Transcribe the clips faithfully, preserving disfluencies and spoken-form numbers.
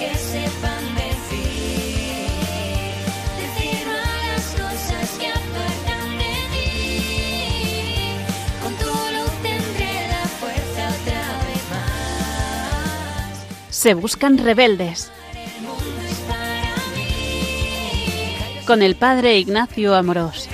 que sepan decir, decir malas cosas que apartan de ti. Con tu luz tendré la fuerza otra vez más. Se buscan rebeldes. El mundo es para mí. Con el padre Ignacio Amorós.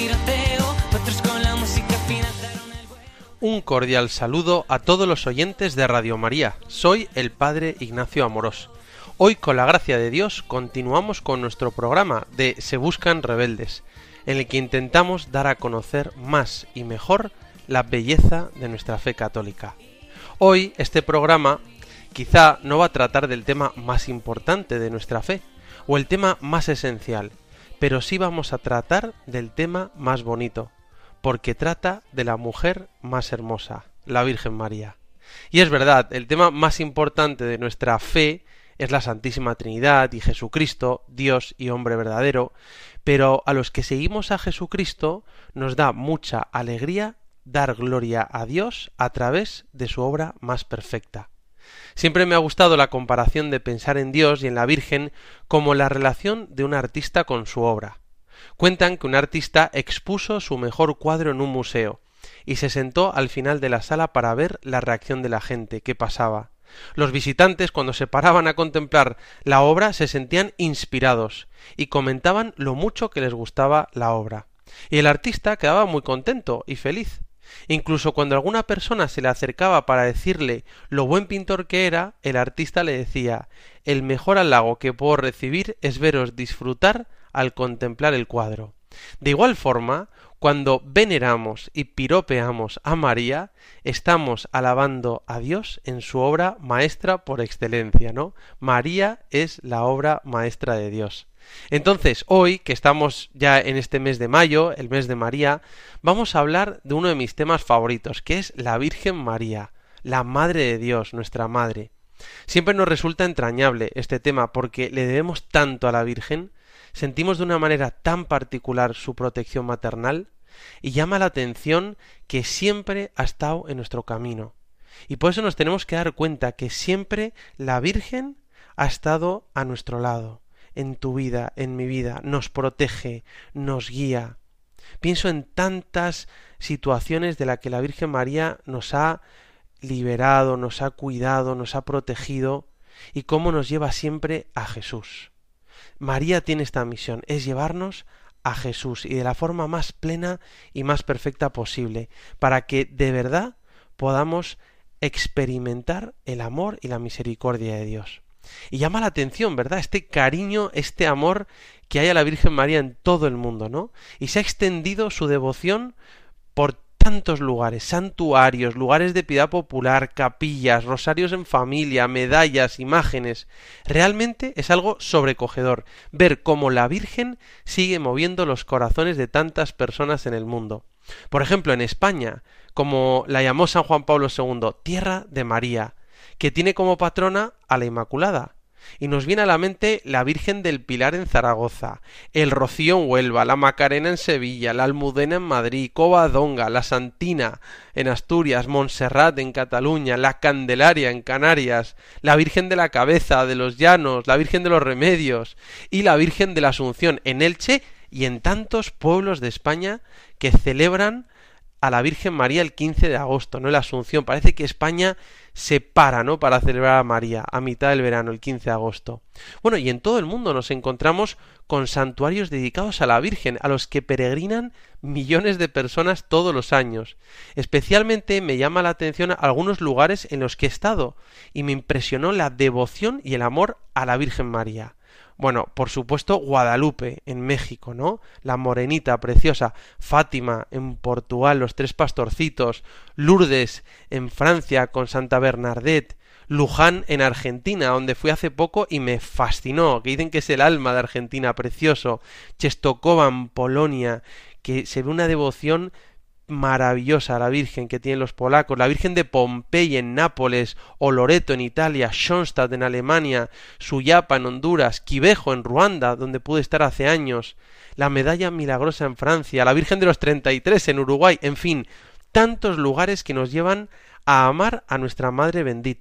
Un cordial saludo a todos los oyentes de Radio María. Soy el padre Ignacio Amorós. Hoy, con la gracia de Dios, continuamos con nuestro programa de Se buscan rebeldes, en el que intentamos dar a conocer más y mejor la belleza de nuestra fe católica. Hoy, este programa quizá no va a tratar del tema más importante de nuestra fe, o el tema más esencial, pero sí vamos a tratar del tema más bonito, porque trata de la mujer más hermosa, la Virgen María. Y es verdad, el tema más importante de nuestra fe es la Santísima Trinidad y Jesucristo, Dios y hombre verdadero, pero a los que seguimos a Jesucristo nos da mucha alegría dar gloria a Dios a través de su obra más perfecta. Siempre me ha gustado la comparación de pensar en Dios y en la Virgen como la relación de un artista con su obra. Cuentan que un artista expuso su mejor cuadro en un museo y se sentó al final de la sala para ver la reacción de la gente, qué pasaba. Los visitantes, cuando se paraban a contemplar la obra, se sentían inspirados y comentaban lo mucho que les gustaba la obra. Y el artista quedaba muy contento y feliz. Incluso cuando alguna persona se le acercaba para decirle lo buen pintor que era, el artista le decía: el mejor halago que puedo recibir es veros disfrutar al contemplar el cuadro. De igual forma, cuando veneramos y piropeamos a María, estamos alabando a Dios en su obra maestra por excelencia, ¿no? María es la obra maestra de Dios. Entonces, hoy, que estamos ya en este mes de mayo, el mes de María, vamos a hablar de uno de mis temas favoritos, que es la Virgen María, la Madre de Dios, nuestra Madre. Siempre nos resulta entrañable este tema porque le debemos tanto a la Virgen, sentimos de una manera tan particular su protección maternal y llama la atención que siempre ha estado en nuestro camino. Y por eso nos tenemos que dar cuenta que siempre la Virgen ha estado a nuestro lado, en tu vida, en mi vida, nos protege, nos guía. Pienso en tantas situaciones de las que la Virgen María nos ha liberado, nos ha cuidado, nos ha protegido y cómo nos lleva siempre a Jesús. María tiene esta misión, es llevarnos a Jesús y de la forma más plena y más perfecta posible, para que de verdad podamos experimentar el amor y la misericordia de Dios. Y llama la atención, ¿verdad? Este cariño, este amor que hay a la Virgen María en todo el mundo, ¿no? Y se ha extendido su devoción por tantos lugares, santuarios, lugares de piedad popular, capillas, rosarios en familia, medallas, imágenes. Realmente es algo sobrecogedor ver cómo la Virgen sigue moviendo los corazones de tantas personas en el mundo. Por ejemplo, en España, como la llamó San Juan Pablo segundo, Tierra de María, que tiene como patrona a la Inmaculada. Y nos viene a la mente la Virgen del Pilar en Zaragoza, el Rocío en Huelva, la Macarena en Sevilla, la Almudena en Madrid, Covadonga, la Santina en Asturias, Montserrat en Cataluña, la Candelaria en Canarias, la Virgen de la Cabeza de los Llanos, la Virgen de los Remedios y la Virgen de la Asunción en Elche y en tantos pueblos de España que celebran a la Virgen María el quince de agosto, ¿no? La Asunción. Parece que España se para, ¿no? Para celebrar a María a mitad del verano, el quince de agosto. Bueno, y en todo el mundo nos encontramos con santuarios dedicados a la Virgen, a los que peregrinan millones de personas todos los años. Especialmente me llama la atención algunos lugares en los que he estado y me impresionó la devoción y el amor a la Virgen María. Bueno, por supuesto Guadalupe en México, ¿no? La Morenita preciosa, Fátima en Portugal, los tres pastorcitos, Lourdes en Francia con Santa Bernadette, Luján en Argentina, donde fui hace poco y me fascinó, que dicen que es el alma de Argentina, precioso, Czestochowa en Polonia, que se ve una devoción maravillosa a la Virgen que tienen los polacos, la Virgen de Pompey en Nápoles, o Loreto en Italia, Schoenstatt en Alemania, Suyapa en Honduras, Quivejo en Ruanda, donde pude estar hace años, la Medalla Milagrosa en Francia, la Virgen de los treinta y tres en Uruguay, en fin, tantos lugares que nos llevan a amar a nuestra Madre bendita,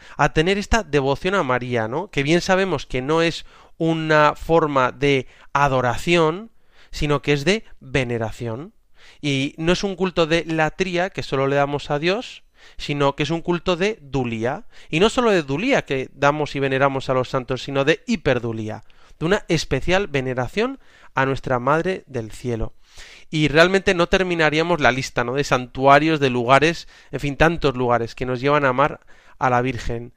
a tener esta devoción a María, ¿no? Que bien sabemos que no es una forma de adoración, sino que es de veneración. Y no es un culto de latría que solo le damos a Dios, sino que es un culto de dulía. Y no solo de dulía que damos y veneramos a los santos, sino de hiperdulía, de una especial veneración a nuestra Madre del Cielo. Y realmente no terminaríamos la lista, ¿no?, de santuarios, de lugares, en fin, tantos lugares que nos llevan a amar a la Virgen.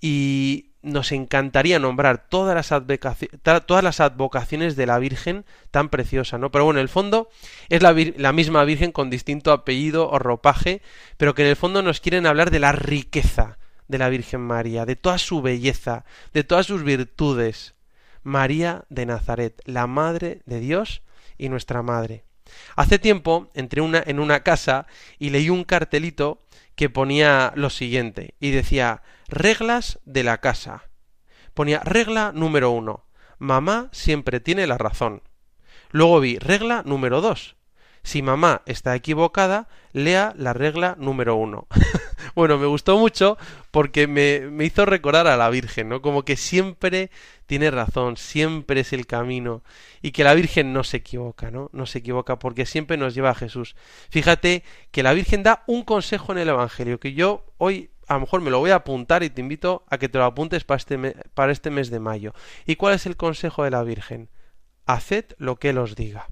Y nos encantaría nombrar todas las, advocaciones, todas las advocaciones de la Virgen tan preciosa, ¿no? Pero bueno, en el fondo es la, la misma Virgen con distinto apellido o ropaje, pero que en el fondo nos quieren hablar de la riqueza de la Virgen María, de toda su belleza, de todas sus virtudes. María de Nazaret, la Madre de Dios y nuestra Madre. Hace tiempo entré una, en una casa y leí un cartelito que ponía lo siguiente, y decía: reglas de la casa. Ponía regla número uno: mamá siempre tiene la razón. Luego vi regla número dos: si mamá está equivocada, lea la regla número uno. Bueno, me gustó mucho porque me, me hizo recordar a la Virgen, ¿no? Como que siempre tiene razón, siempre es el camino, y que la Virgen no se equivoca, ¿no? No se equivoca porque siempre nos lleva a Jesús. Fíjate que la Virgen da un consejo en el Evangelio que yo hoy a lo mejor me lo voy a apuntar y te invito a que te lo apuntes para este, me, para este mes de mayo. ¿Y cuál es el consejo de la Virgen? Haced lo que Él os diga.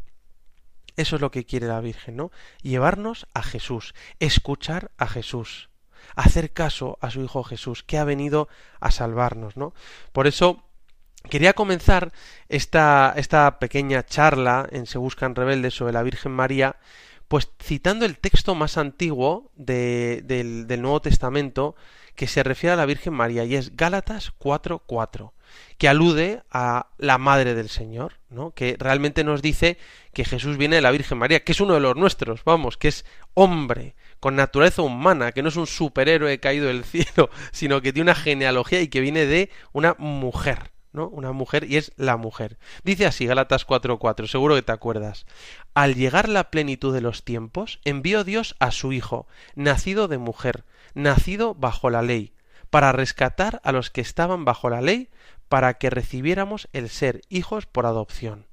Eso es lo que quiere la Virgen, ¿no? Llevarnos a Jesús, escuchar a Jesús, hacer caso a su Hijo Jesús, que ha venido a salvarnos, ¿no? Por eso quería comenzar esta, esta pequeña charla en Se Buscan Rebeldes sobre la Virgen María, pues citando el texto más antiguo de, del, del Nuevo Testamento que se refiere a la Virgen María, y es Gálatas cuatro cuatro, que alude a la Madre del Señor, ¿no? Que realmente nos dice que Jesús viene de la Virgen María, que es uno de los nuestros, vamos, que es hombre, con naturaleza humana, que no es un superhéroe caído del cielo, sino que tiene una genealogía y que viene de una mujer, ¿no? Una mujer, y es la mujer. Dice así Gálatas cuatro cuatro, seguro que te acuerdas: al llegar la plenitud de los tiempos, envió Dios a su Hijo, nacido de mujer, nacido bajo la ley, para rescatar a los que estaban bajo la ley, para que recibiéramos el ser hijos por adopción.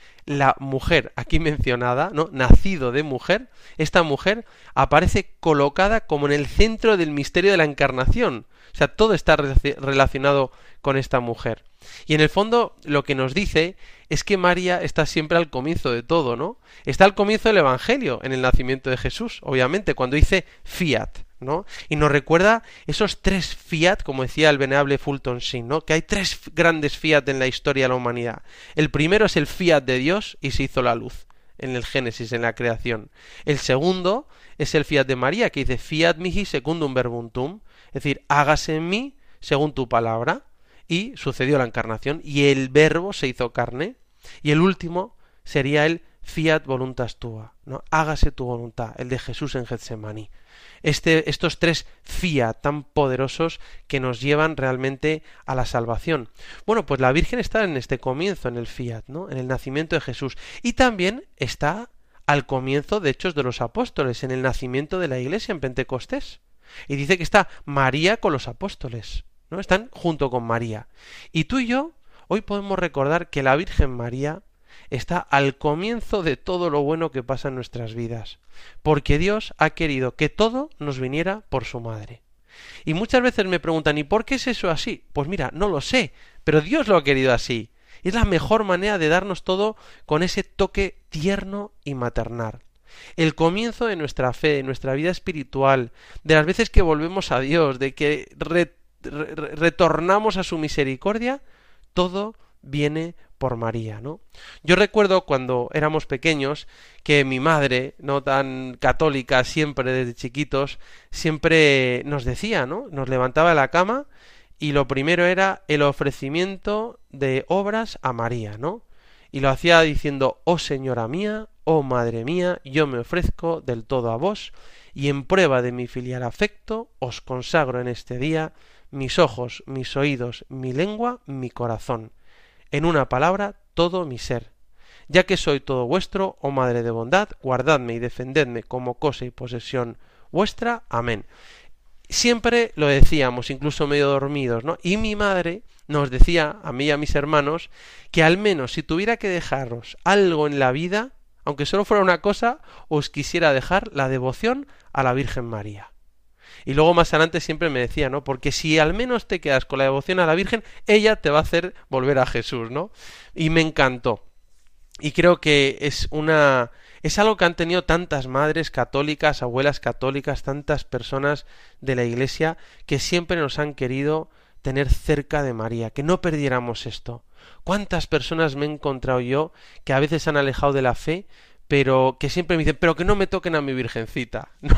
La mujer aquí mencionada, ¿no?, nacido de mujer, esta mujer aparece colocada como en el centro del misterio de la encarnación. O sea, todo está relacionado con esta mujer. Y en el fondo lo que nos dice es que María está siempre al comienzo de todo, ¿no? Está al comienzo del Evangelio, en el nacimiento de Jesús, obviamente, cuando dice fiat, ¿no? Y nos recuerda esos tres fiat, como decía el venerable Fulton Sheen, ¿no? Que hay tres grandes fiat en la historia de la humanidad. El primero es el fiat de Dios y se hizo la luz, en el Génesis, en la creación. El segundo es el fiat de María, que dice fiat mihi secundum verbum tuum, es decir, hágase en mí según tu palabra, y sucedió la encarnación, y el verbo se hizo carne. Y el último sería el fiat voluntas tua, ¿no? Hágase tu voluntad, el de Jesús en Getsemaní. Este, estos tres fiat tan poderosos que nos llevan realmente a la salvación. Bueno, pues la Virgen está en este comienzo, en el fiat, ¿no? En el nacimiento de Jesús. Y también está al comienzo de Hechos de los Apóstoles, en el nacimiento de la Iglesia en Pentecostés. Y dice que está María con los apóstoles, ¿no? Están junto con María. Y tú y yo hoy podemos recordar que la Virgen María está al comienzo de todo lo bueno que pasa en nuestras vidas, porque Dios ha querido que todo nos viniera por su madre. Y muchas veces me preguntan, ¿y por qué es eso así? Pues mira, no lo sé, pero Dios lo ha querido así. Y es la mejor manera de darnos todo con ese toque tierno y maternal. El comienzo de nuestra fe, de nuestra vida espiritual, de las veces que volvemos a Dios, de que re, re, retornamos a su misericordia, todo viene por María, ¿no? Yo recuerdo cuando éramos pequeños que mi madre, no tan católica, siempre desde chiquitos, siempre nos decía, ¿no? Nos levantaba de la cama y lo primero era el ofrecimiento de obras a María, ¿no? Y lo hacía diciendo: oh Señora mía, oh Madre mía, yo me ofrezco del todo a vos, y en prueba de mi filial afecto os consagro en este día mis ojos, mis oídos, mi lengua, mi corazón. En una palabra, todo mi ser. Ya que soy todo vuestro, oh Madre de bondad, guardadme y defendedme como cosa y posesión vuestra. Amén. siempre lo decíamos, incluso medio dormidos, ¿no? Y mi madre nos decía, a mí y a mis hermanos, que al menos si tuviera que dejaros algo en la vida, aunque solo fuera una cosa, os quisiera dejar la devoción a la Virgen María. Y luego más adelante siempre me decía, ¿no? Porque si al menos te quedas con la devoción a la Virgen, ella te va a hacer volver a Jesús, ¿no? Y me encantó. Y creo que es una... es algo que han tenido tantas madres católicas, abuelas católicas, tantas personas de la Iglesia que siempre nos han querido tener cerca de María, que no perdiéramos esto. ¿Cuántas personas me he encontrado yo que a veces han alejado de la fe, pero que siempre me dicen, pero que no me toquen a mi virgencita, ¿no?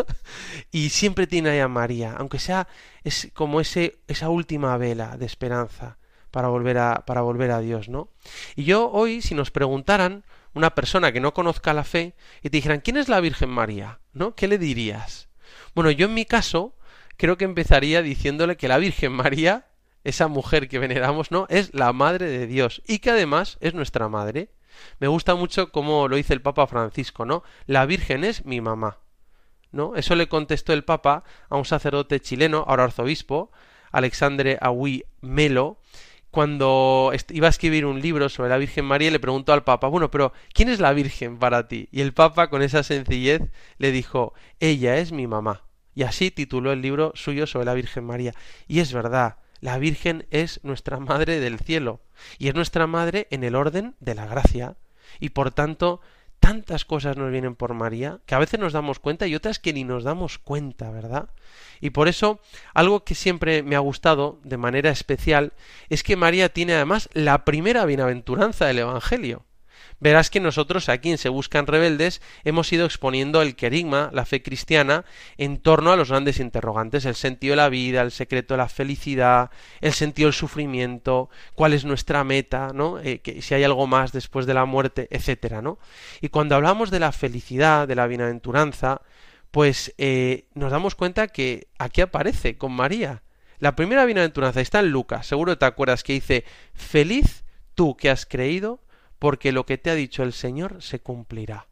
Y siempre tiene ahí a María, aunque sea es como ese, esa última vela de esperanza para volver a, para volver a Dios, ¿no? Y yo hoy, si nos preguntaran, una persona que no conozca la fe, y te dijeran, ¿quién es la Virgen María? ¿No? ¿Qué le dirías? Bueno, yo en mi caso, creo que empezaría diciéndole que la Virgen María, esa mujer que veneramos, ¿no? Es la Madre de Dios, y que además es nuestra madre. Me gusta mucho cómo lo dice el Papa Francisco, ¿no? La Virgen es mi mamá, ¿no? Eso le contestó el Papa a un sacerdote chileno, ahora arzobispo, Alexandre Agüí Melo, cuando iba a escribir un libro sobre la Virgen María, le preguntó al Papa, bueno, pero ¿quién es la Virgen para ti? Y el Papa, con esa sencillez, le dijo, ella es mi mamá. Y así tituló el libro suyo sobre la Virgen María. Y es verdad, la Virgen es nuestra Madre del cielo, y es nuestra Madre en el orden de la gracia. Y por tanto, tantas cosas nos vienen por María, que a veces nos damos cuenta y otras que ni nos damos cuenta, ¿verdad? Y por eso, algo que siempre me ha gustado de manera especial es que María tiene además la primera bienaventuranza del Evangelio. Verás que nosotros aquí en Se Buscan Rebeldes hemos ido exponiendo el querigma, la fe cristiana, en torno a los grandes interrogantes, el sentido de la vida, el secreto de la felicidad, el sentido del sufrimiento, cuál es nuestra meta, ¿no? Eh, que, si hay algo más después de la muerte, etcétera, ¿no? Y cuando hablamos de la felicidad, de la bienaventuranza, pues eh, nos damos cuenta que aquí aparece con María. La primera bienaventuranza está en Lucas, seguro te acuerdas que dice, feliz tú que has creído, porque lo que te ha dicho el Señor se cumplirá.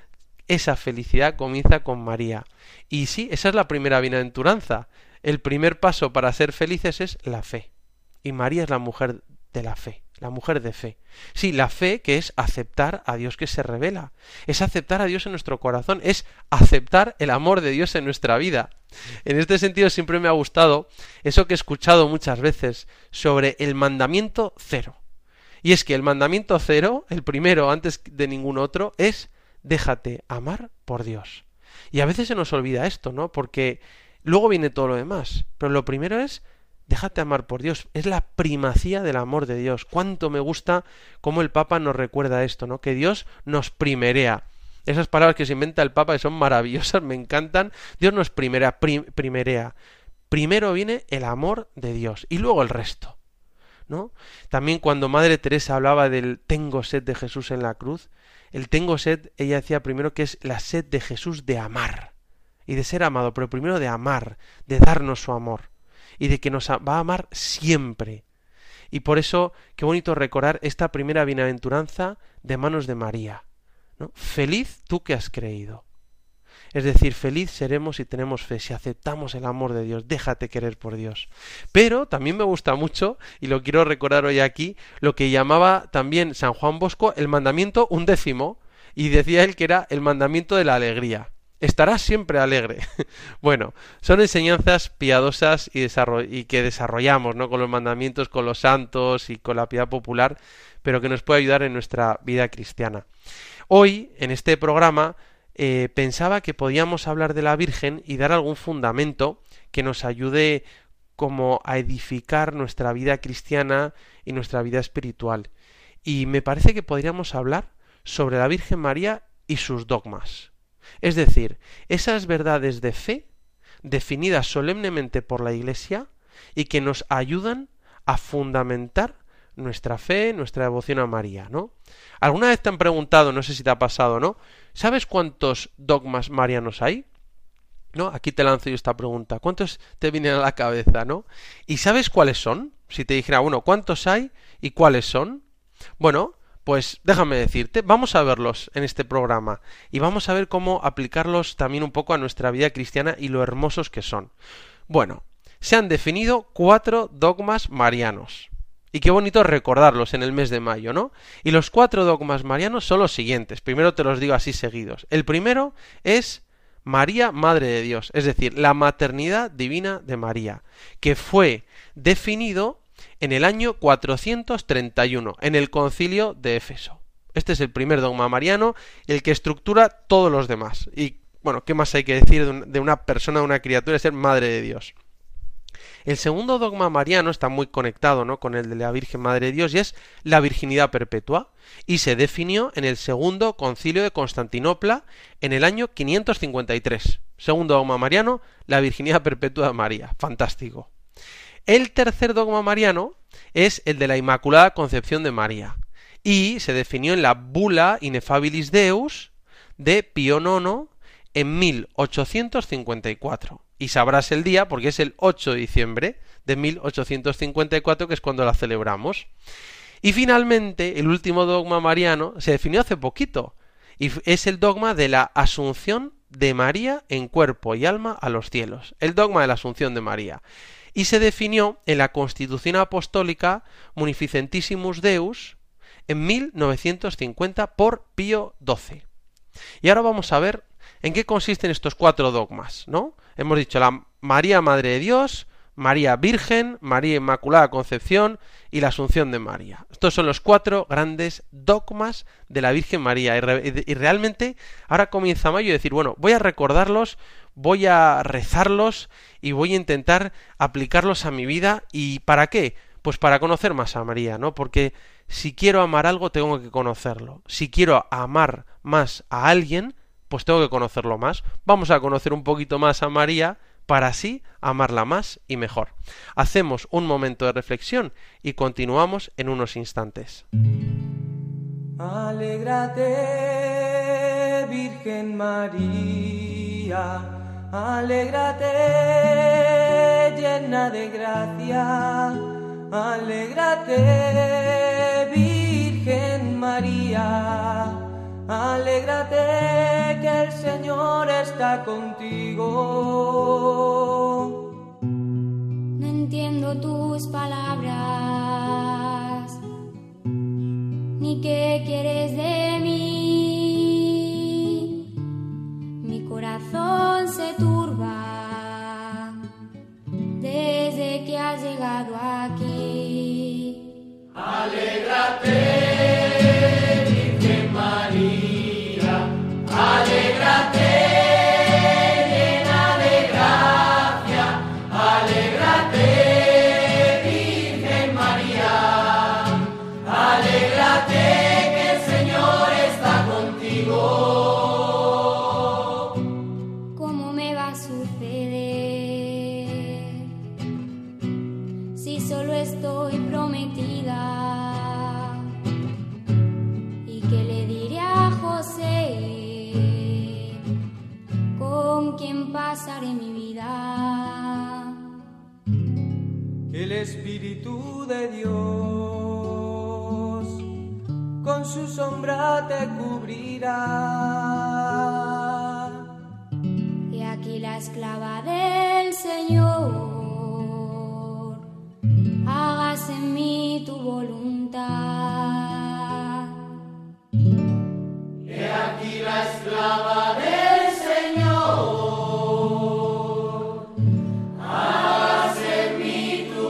Esa felicidad comienza con María. Y sí, esa es la primera bienaventuranza. El primer paso para ser felices es la fe. Y María es la mujer de la fe, la mujer de fe. Sí, la fe que es aceptar a Dios que se revela. Es aceptar a Dios en nuestro corazón. Es aceptar el amor de Dios en nuestra vida. En este sentido siempre me ha gustado eso que he escuchado muchas veces sobre el mandamiento cero. Y es que el mandamiento cero, el primero antes de ningún otro, es déjate amar por Dios. Y a veces se nos olvida esto, ¿no? Porque luego viene todo lo demás. Pero lo primero es déjate amar por Dios. Es la primacía del amor de Dios. Cuánto me gusta cómo el Papa nos recuerda esto, ¿no? Que Dios nos primerea. Esas palabras que se inventa el Papa que son maravillosas, me encantan. Dios nos primerea, prim, primerea. Primero viene el amor de Dios y luego el resto, ¿no? También cuando Madre Teresa hablaba del tengo sed de Jesús en la cruz, el tengo sed, ella decía primero que es la sed de Jesús de amar y de ser amado, pero primero de amar, de darnos su amor y de que nos va a amar siempre. Y por eso, qué bonito recordar esta primera bienaventuranza de manos de María, ¿no? Feliz tú que has creído. Es decir, feliz seremos si tenemos fe, si aceptamos el amor de Dios, déjate querer por Dios. Pero también me gusta mucho, y lo quiero recordar hoy aquí, lo que llamaba también San Juan Bosco el mandamiento undécimo, y decía él que era el mandamiento de la alegría. Estarás siempre alegre. Bueno, son enseñanzas piadosas y, y que desarrollamos, ¿no? Con los mandamientos, con los santos y con la piedad popular, pero que nos puede ayudar en nuestra vida cristiana. Hoy, en este programa, Eh, pensaba que podíamos hablar de la Virgen y dar algún fundamento que nos ayude como a edificar nuestra vida cristiana y nuestra vida espiritual. Y me parece que podríamos hablar sobre la Virgen María y sus dogmas. Es decir, esas verdades de fe definidas solemnemente por la Iglesia y que nos ayudan a fundamentar nuestra fe, nuestra devoción a María, ¿no? ¿Alguna vez te han preguntado, no sé si te ha pasado, ¿no? ¿Sabes cuántos dogmas marianos hay? ¿No? Aquí te lanzo yo esta pregunta. ¿Cuántos te vienen a la cabeza, no? ¿Y sabes cuáles son? Si te dijera, bueno, ¿cuántos hay y cuáles son? Bueno, Pues déjame decirte, vamos a verlos en este programa y vamos a ver cómo aplicarlos también un poco a nuestra vida cristiana y lo hermosos que son. Bueno, se han definido cuatro dogmas marianos. Y qué bonito recordarlos en el mes de mayo, ¿no? Y los cuatro dogmas marianos son los siguientes. Primero te los digo así seguidos. El primero es María, Madre de Dios, es decir, la maternidad divina de María, que fue definido en el año cuatrocientos treinta y uno, en el concilio de Éfeso. Este es el primer dogma mariano, el que estructura todos los demás. Y, bueno, ¿qué más hay que decir de una persona, de una criatura, es ser Madre de Dios? El segundo dogma mariano está muy conectado, ¿no?, con el de la Virgen Madre de Dios, y es la virginidad perpetua, y se definió en el segundo concilio de Constantinopla en el año quinientos cincuenta y tres. Segundo dogma mariano, la virginidad perpetua de María. Fantástico. El tercer dogma mariano es el de la Inmaculada Concepción de María, y se definió en la Bula Ineffabilis Deus de Pío nono en mil ochocientos cincuenta y cuatro. Y sabrás el día porque es el ocho de diciembre de mil ochocientos cincuenta y cuatro, que es cuando la celebramos. Y finalmente, el último dogma mariano se definió hace poquito, y es el dogma de la Asunción de María en cuerpo y alma a los cielos. El dogma de la Asunción de María. Y se definió en la Constitución Apostólica Munificentissimus Deus en mil novecientos cincuenta por Pío doce. Y ahora vamos a ver en qué consisten estos cuatro dogmas, ¿no? Hemos dicho la María Madre de Dios, María Virgen, María Inmaculada Concepción y la Asunción de María. Estos son los cuatro grandes dogmas de la Virgen María. Y, re y realmente ahora comienza mayo y decir, bueno, voy a recordarlos, voy a rezarlos y voy a intentar aplicarlos a mi vida. ¿Y para qué? Pues para conocer más a María, ¿no? Porque si quiero amar algo, tengo que conocerlo. Si quiero amar más a alguien, pues tengo que conocerlo más. Vamos a conocer un poquito más a María para así amarla más y mejor. Hacemos un momento de reflexión y continuamos en unos instantes. Alégrate, Virgen María, alégrate, llena de gracia, alégrate, Virgen María. Alégrate que el Señor está contigo. No entiendo tus palabras, ni qué quieres de mí. Mi corazón se turba desde que has llegado aquí. Alégrate, Virgen María, alégrate, llena de gracia, alégrate, Virgen María, alégrate que el Señor está contigo. ¿Cómo me va a suceder si solo estoy prometida? ¿Qué le diré a José? ¿Con quién pasaré mi vida? El Espíritu de Dios con su sombra te cubrirá. He aquí la esclava del Señor, hágase en mí tu voluntad. He aquí la esclava del Señor, hágase en mí tu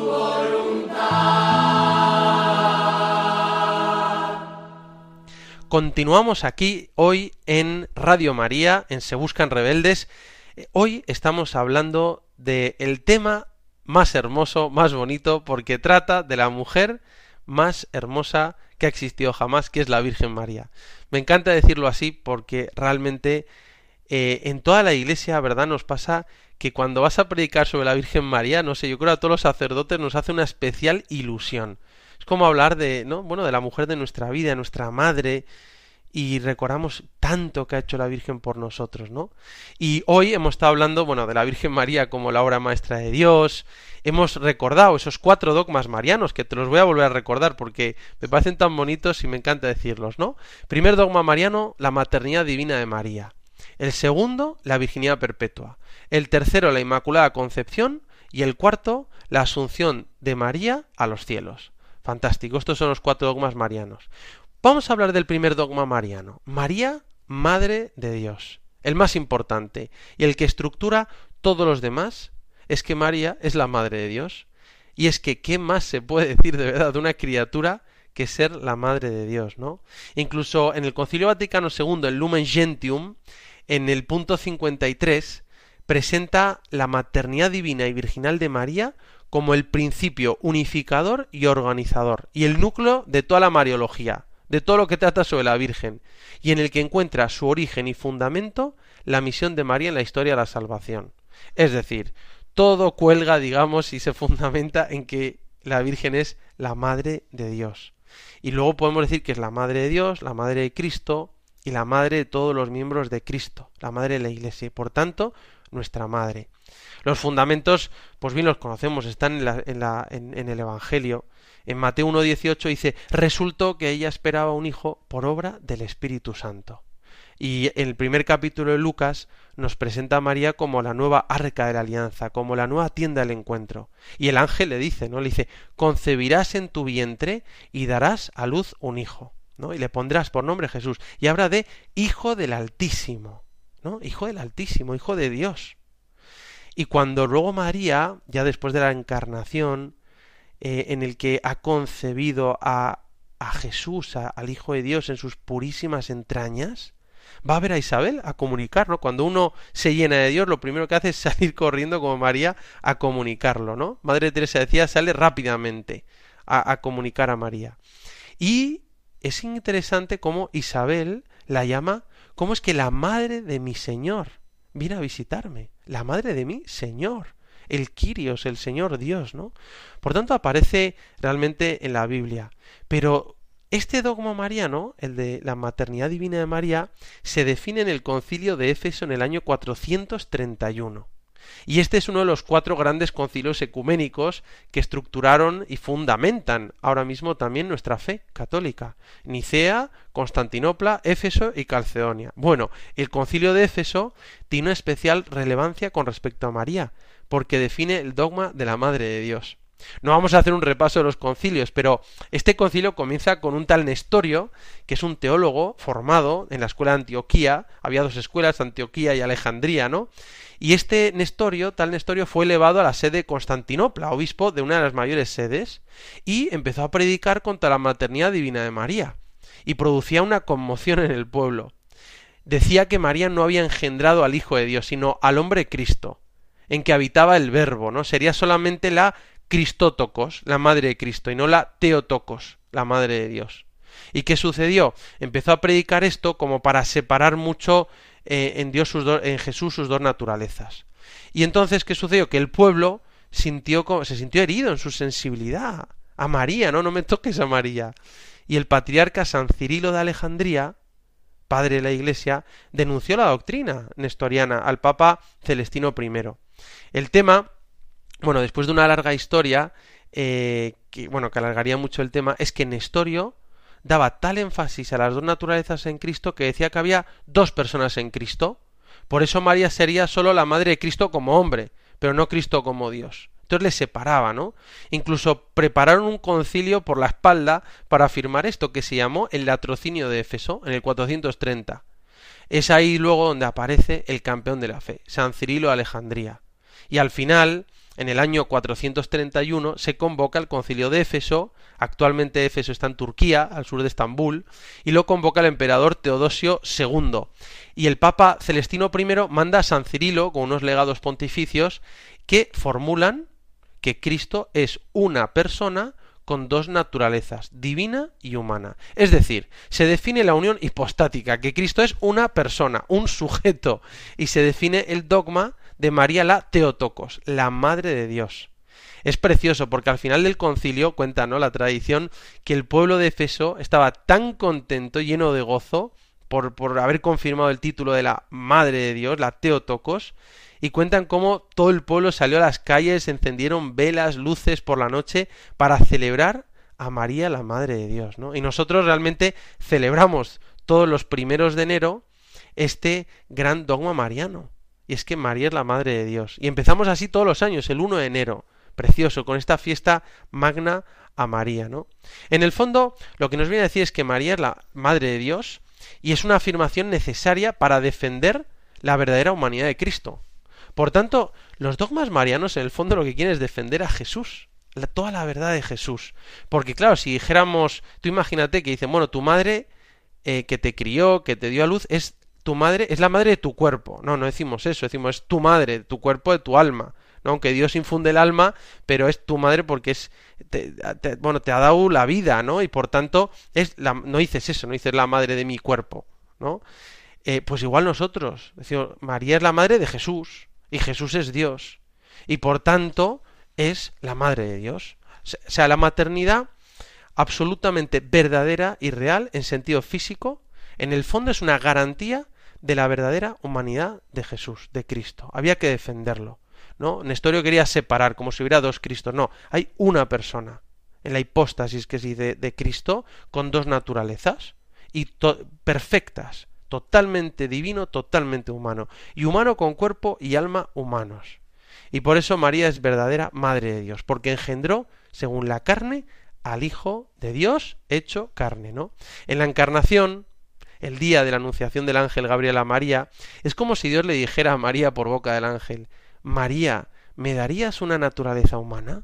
voluntad. Continuamos aquí hoy en Radio María, en Se Buscan Rebeldes. Hoy estamos hablando del tema más hermoso, más bonito, porque trata de la mujer más hermosa que ha existido jamás, que es la Virgen María. Me encanta decirlo así porque realmente eh, en toda la iglesia, ¿verdad?, nos pasa que cuando vas a predicar sobre la Virgen María, no sé, yo creo que a todos los sacerdotes nos hace una especial ilusión. Es como hablar de, ¿no?, bueno, de la mujer de nuestra vida, de nuestra madre, y recordamos tanto que ha hecho la Virgen por nosotros, ¿no? Y hoy hemos estado hablando, bueno, de la Virgen María como la obra maestra de Dios. Hemos recordado esos cuatro dogmas marianos, que te los voy a volver a recordar porque me parecen tan bonitos y me encanta decirlos, ¿no? Primer dogma mariano, la maternidad divina de María. El segundo, la virginidad perpetua. El tercero, la Inmaculada Concepción. Y el cuarto, la asunción de María a los cielos. Fantástico, estos son los cuatro dogmas marianos. Vamos a hablar del primer dogma mariano. María, Madre de Dios. El más importante y el que estructura todos los demás es que María es la Madre de Dios. Y es que, ¿qué más se puede decir de verdad de una criatura que ser la Madre de Dios, ¿no? Incluso en el Concilio Vaticano segundo, el Lumen Gentium, en el punto cincuenta y tres, presenta la maternidad divina y virginal de María como el principio unificador y organizador, y el núcleo de toda la mariología, de todo lo que trata sobre la Virgen, y en el que encuentra su origen y fundamento la misión de María en la historia de la salvación. Es decir, todo cuelga, digamos, y se fundamenta en que la Virgen es la Madre de Dios. Y luego podemos decir que es la Madre de Dios, la Madre de Cristo y la Madre de todos los miembros de Cristo, la Madre de la Iglesia, y por tanto, nuestra Madre. Los fundamentos, pues bien los conocemos, están en, la, en, la, en, en el Evangelio. En Mateo uno dieciocho dice, resultó que ella esperaba un hijo por obra del Espíritu Santo. Y en el primer capítulo de Lucas nos presenta a María como la nueva arca de la alianza, como la nueva tienda del encuentro. Y el ángel le dice, ¿no? Le dice, concebirás en tu vientre y darás a luz un hijo, ¿no? Y le pondrás por nombre Jesús. Y habrá de Hijo del Altísimo, ¿no? Hijo del Altísimo, Hijo de Dios. Y cuando luego María, ya después de la encarnación, eh, en el que ha concebido a, a Jesús, a, al Hijo de Dios en sus purísimas entrañas, va a ver a Isabel a comunicar, ¿no? Cuando uno se llena de Dios, lo primero que hace es salir corriendo como María a comunicarlo, ¿no? Madre Teresa decía, sale rápidamente a, a comunicar a María. Y es interesante cómo Isabel la llama, cómo es que la madre de mi Señor viene a visitarme, la madre de mi Señor, el Kyrios, el Señor Dios, ¿no? Por tanto, aparece realmente en la Biblia. Pero este dogma mariano, el de la maternidad divina de María, se define en el Concilio de Éfeso en el año cuatrocientos treinta y uno. Y este es uno de los cuatro grandes concilios ecuménicos que estructuraron y fundamentan ahora mismo también nuestra fe católica. Nicea, Constantinopla, Éfeso y Calcedonia. Bueno, el concilio de Éfeso tiene una especial relevancia con respecto a María, porque define el dogma de la Madre de Dios. No vamos a hacer un repaso de los concilios, pero este concilio comienza con un tal Nestorio, que es un teólogo formado en la escuela de Antioquía. Había dos escuelas, Antioquía y Alejandría, ¿no? Y este Nestorio, tal Nestorio, fue elevado a la sede de Constantinopla, obispo de una de las mayores sedes, y empezó a predicar contra la maternidad divina de María, y producía una conmoción en el pueblo. Decía que María no había engendrado al Hijo de Dios, sino al hombre Cristo, en que habitaba el Verbo, ¿no? Sería solamente la Cristotokos, la madre de Cristo, y no la Theotokos, la madre de Dios. ¿Y qué sucedió? Empezó a predicar esto como para separar mucho eh, en Dios sus do, en Jesús sus dos naturalezas. Y entonces, ¿qué sucedió? Que el pueblo sintió, se sintió herido en su sensibilidad a María, ¿no? No me toques a María. Y el patriarca San Cirilo de Alejandría, padre de la Iglesia, denunció la doctrina nestoriana al Papa Celestino primero. El tema, bueno, después de una larga historia, eh, que, bueno, que alargaría mucho el tema, es que Nestorio daba tal énfasis a las dos naturalezas en Cristo que decía que había dos personas en Cristo. Por eso María sería solo la madre de Cristo como hombre, pero no Cristo como Dios. Entonces les separaba, ¿no? Incluso prepararon un concilio por la espalda para afirmar esto, que se llamó el Latrocinio de Éfeso, en el cuatrocientos treinta. Es ahí luego donde aparece el campeón de la fe, San Cirilo de Alejandría. Y al final, en el año cuatrocientos treinta y uno, se convoca el concilio de Éfeso. Actualmente Éfeso está en Turquía, al sur de Estambul, y lo convoca el emperador Teodosio segundo. Y el Papa Celestino primero manda a San Cirilo con unos legados pontificios que formulan que Cristo es una persona con dos naturalezas, divina y humana. Es decir, se define la unión hipostática, que Cristo es una persona, un sujeto, y se define el dogma de María la Theotokos, la Madre de Dios. Es precioso porque al final del concilio cuenta, ¿no?, la tradición que el pueblo de Éfeso estaba tan contento, lleno de gozo, por, por haber confirmado el título de la Madre de Dios, la Theotokos, y cuentan cómo todo el pueblo salió a las calles, encendieron velas, luces por la noche para celebrar a María, la Madre de Dios, ¿no? Y nosotros realmente celebramos todos los primeros de enero este gran dogma mariano, y es que María es la Madre de Dios. Y empezamos así todos los años, el uno de enero, precioso, con esta fiesta magna a María, ¿no? En el fondo, lo que nos viene a decir es que María es la Madre de Dios, y es una afirmación necesaria para defender la verdadera humanidad de Cristo. Por tanto, los dogmas marianos en el fondo lo que quieren es defender a Jesús, la, toda la verdad de Jesús. Porque claro, si dijéramos, tú imagínate que dicen, bueno, tu madre eh, que te crió, que te dio a luz, es tu madre, es la madre de tu cuerpo. No, no decimos eso, decimos es tu madre, tu cuerpo, de tu alma. ¿No? Aunque Dios infunde el alma, pero es tu madre porque es, te, te, bueno, te ha dado la vida, ¿no? Y por tanto, es la, no dices eso, no dices la madre de mi cuerpo, ¿no? Eh, pues igual nosotros, decimos, María es la madre de Jesús, y Jesús es Dios, y por tanto es la Madre de Dios. O sea, la maternidad absolutamente verdadera y real en sentido físico, en el fondo es una garantía de la verdadera humanidad de Jesús, de Cristo. Había que defenderlo, ¿no? Nestorio quería separar, como si hubiera dos Cristos. No, hay una persona en la hipóstasis que sí de, de Cristo, con dos naturalezas, y to- perfectas, totalmente divino, totalmente humano, y humano con cuerpo y alma humanos. Y por eso María es verdadera Madre de Dios, porque engendró, según la carne, al Hijo de Dios hecho carne, ¿no? En la encarnación, el día de la anunciación del ángel Gabriel a María, es como si Dios le dijera a María por boca del ángel, María, ¿me darías una naturaleza humana?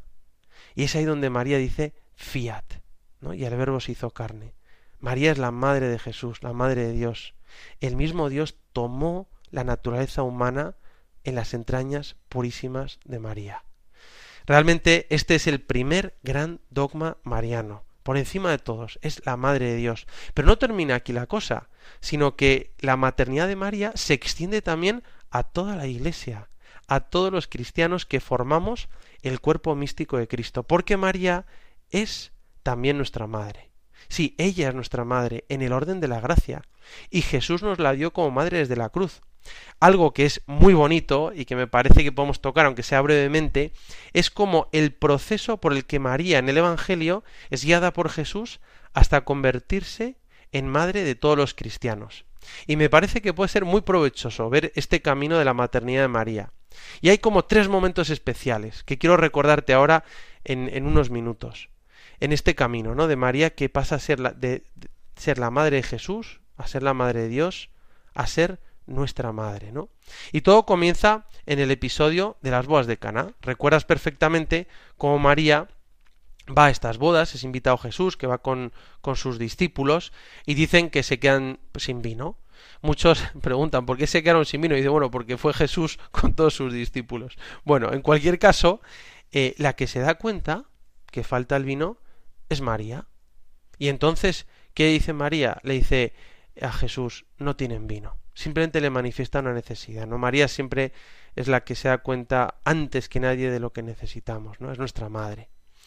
Y es ahí donde María dice, fiat, ¿no? Y el verbo se hizo carne. María es la Madre de Jesús, la Madre de Dios. El mismo Dios tomó la naturaleza humana en las entrañas purísimas de María. Realmente este es el primer gran dogma mariano, por encima de todos, es la Madre de Dios. Pero no termina aquí la cosa, sino que la maternidad de María se extiende también a toda la Iglesia, a todos los cristianos que formamos el cuerpo místico de Cristo, porque María es también nuestra Madre. Sí, ella es nuestra Madre en el orden de la gracia, y Jesús nos la dio como Madre desde la cruz. Algo que es muy bonito y que me parece que podemos tocar, aunque sea brevemente, es como el proceso por el que María en el Evangelio es guiada por Jesús hasta convertirse en Madre de todos los cristianos. Y me parece que puede ser muy provechoso ver este camino de la maternidad de María. Y hay como tres momentos especiales que quiero recordarte ahora en, en unos minutos. En este camino, ¿no?, de María, que pasa a ser la, de, de ser la Madre de Jesús, a ser la Madre de Dios, a ser nuestra Madre, ¿no? Y todo comienza en el episodio de las bodas de Caná. Recuerdas perfectamente cómo María va a estas bodas, es invitado Jesús, que va con, con sus discípulos, y dicen que se quedan sin vino. Muchos preguntan, ¿por qué se quedaron sin vino? Y dicen, bueno, porque fue Jesús con todos sus discípulos. Bueno, en cualquier caso, eh, la que se da cuenta que falta el vino es María. Y entonces, ¿qué dice María? Le dice a Jesús, no tienen vino. Simplemente le manifiesta una necesidad, ¿no? María siempre es la que se da cuenta antes que nadie de lo que necesitamos, ¿no? Es nuestra madre.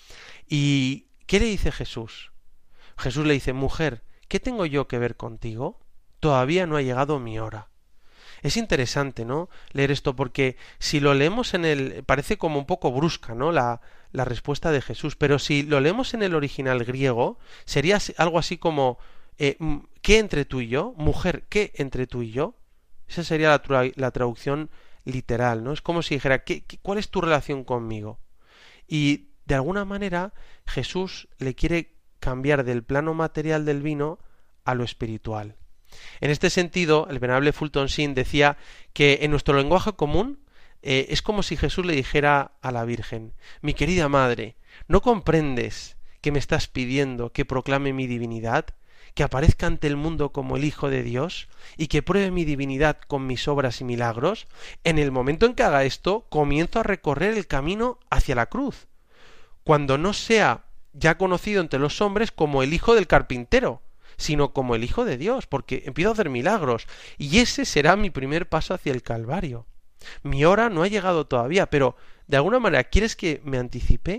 ¿Y qué le dice Jesús? Jesús le dice, mujer, ¿qué tengo yo que ver contigo? Todavía no ha llegado mi hora. Es interesante, ¿no?, leer esto, porque si lo leemos en el... parece como un poco brusca, ¿no?, la, la respuesta de Jesús, pero si lo leemos en el original griego, sería algo así como... Eh, ¿qué entre tú y yo? Mujer, ¿qué entre tú y yo? Esa sería la, tra la traducción literal, ¿no? Es como si dijera, ¿qué, qué, ¿cuál es tu relación conmigo? Y de alguna manera Jesús le quiere cambiar del plano material del vino a lo espiritual. En este sentido, el venerable Fulton Sheen decía que en nuestro lenguaje común eh, es como si Jesús le dijera a la Virgen, mi querida madre, ¿no comprendes que me estás pidiendo que proclame mi divinidad? Que aparezca ante el mundo como el Hijo de Dios y que pruebe mi divinidad con mis obras y milagros. En el momento en que haga esto, comienzo a recorrer el camino hacia la cruz, cuando no sea ya conocido entre los hombres como el hijo del carpintero, sino como el Hijo de Dios, porque empiezo a hacer milagros, y ese será mi primer paso hacia el Calvario. Mi hora no ha llegado todavía, pero De alguna manera, ¿quieres que me anticipe?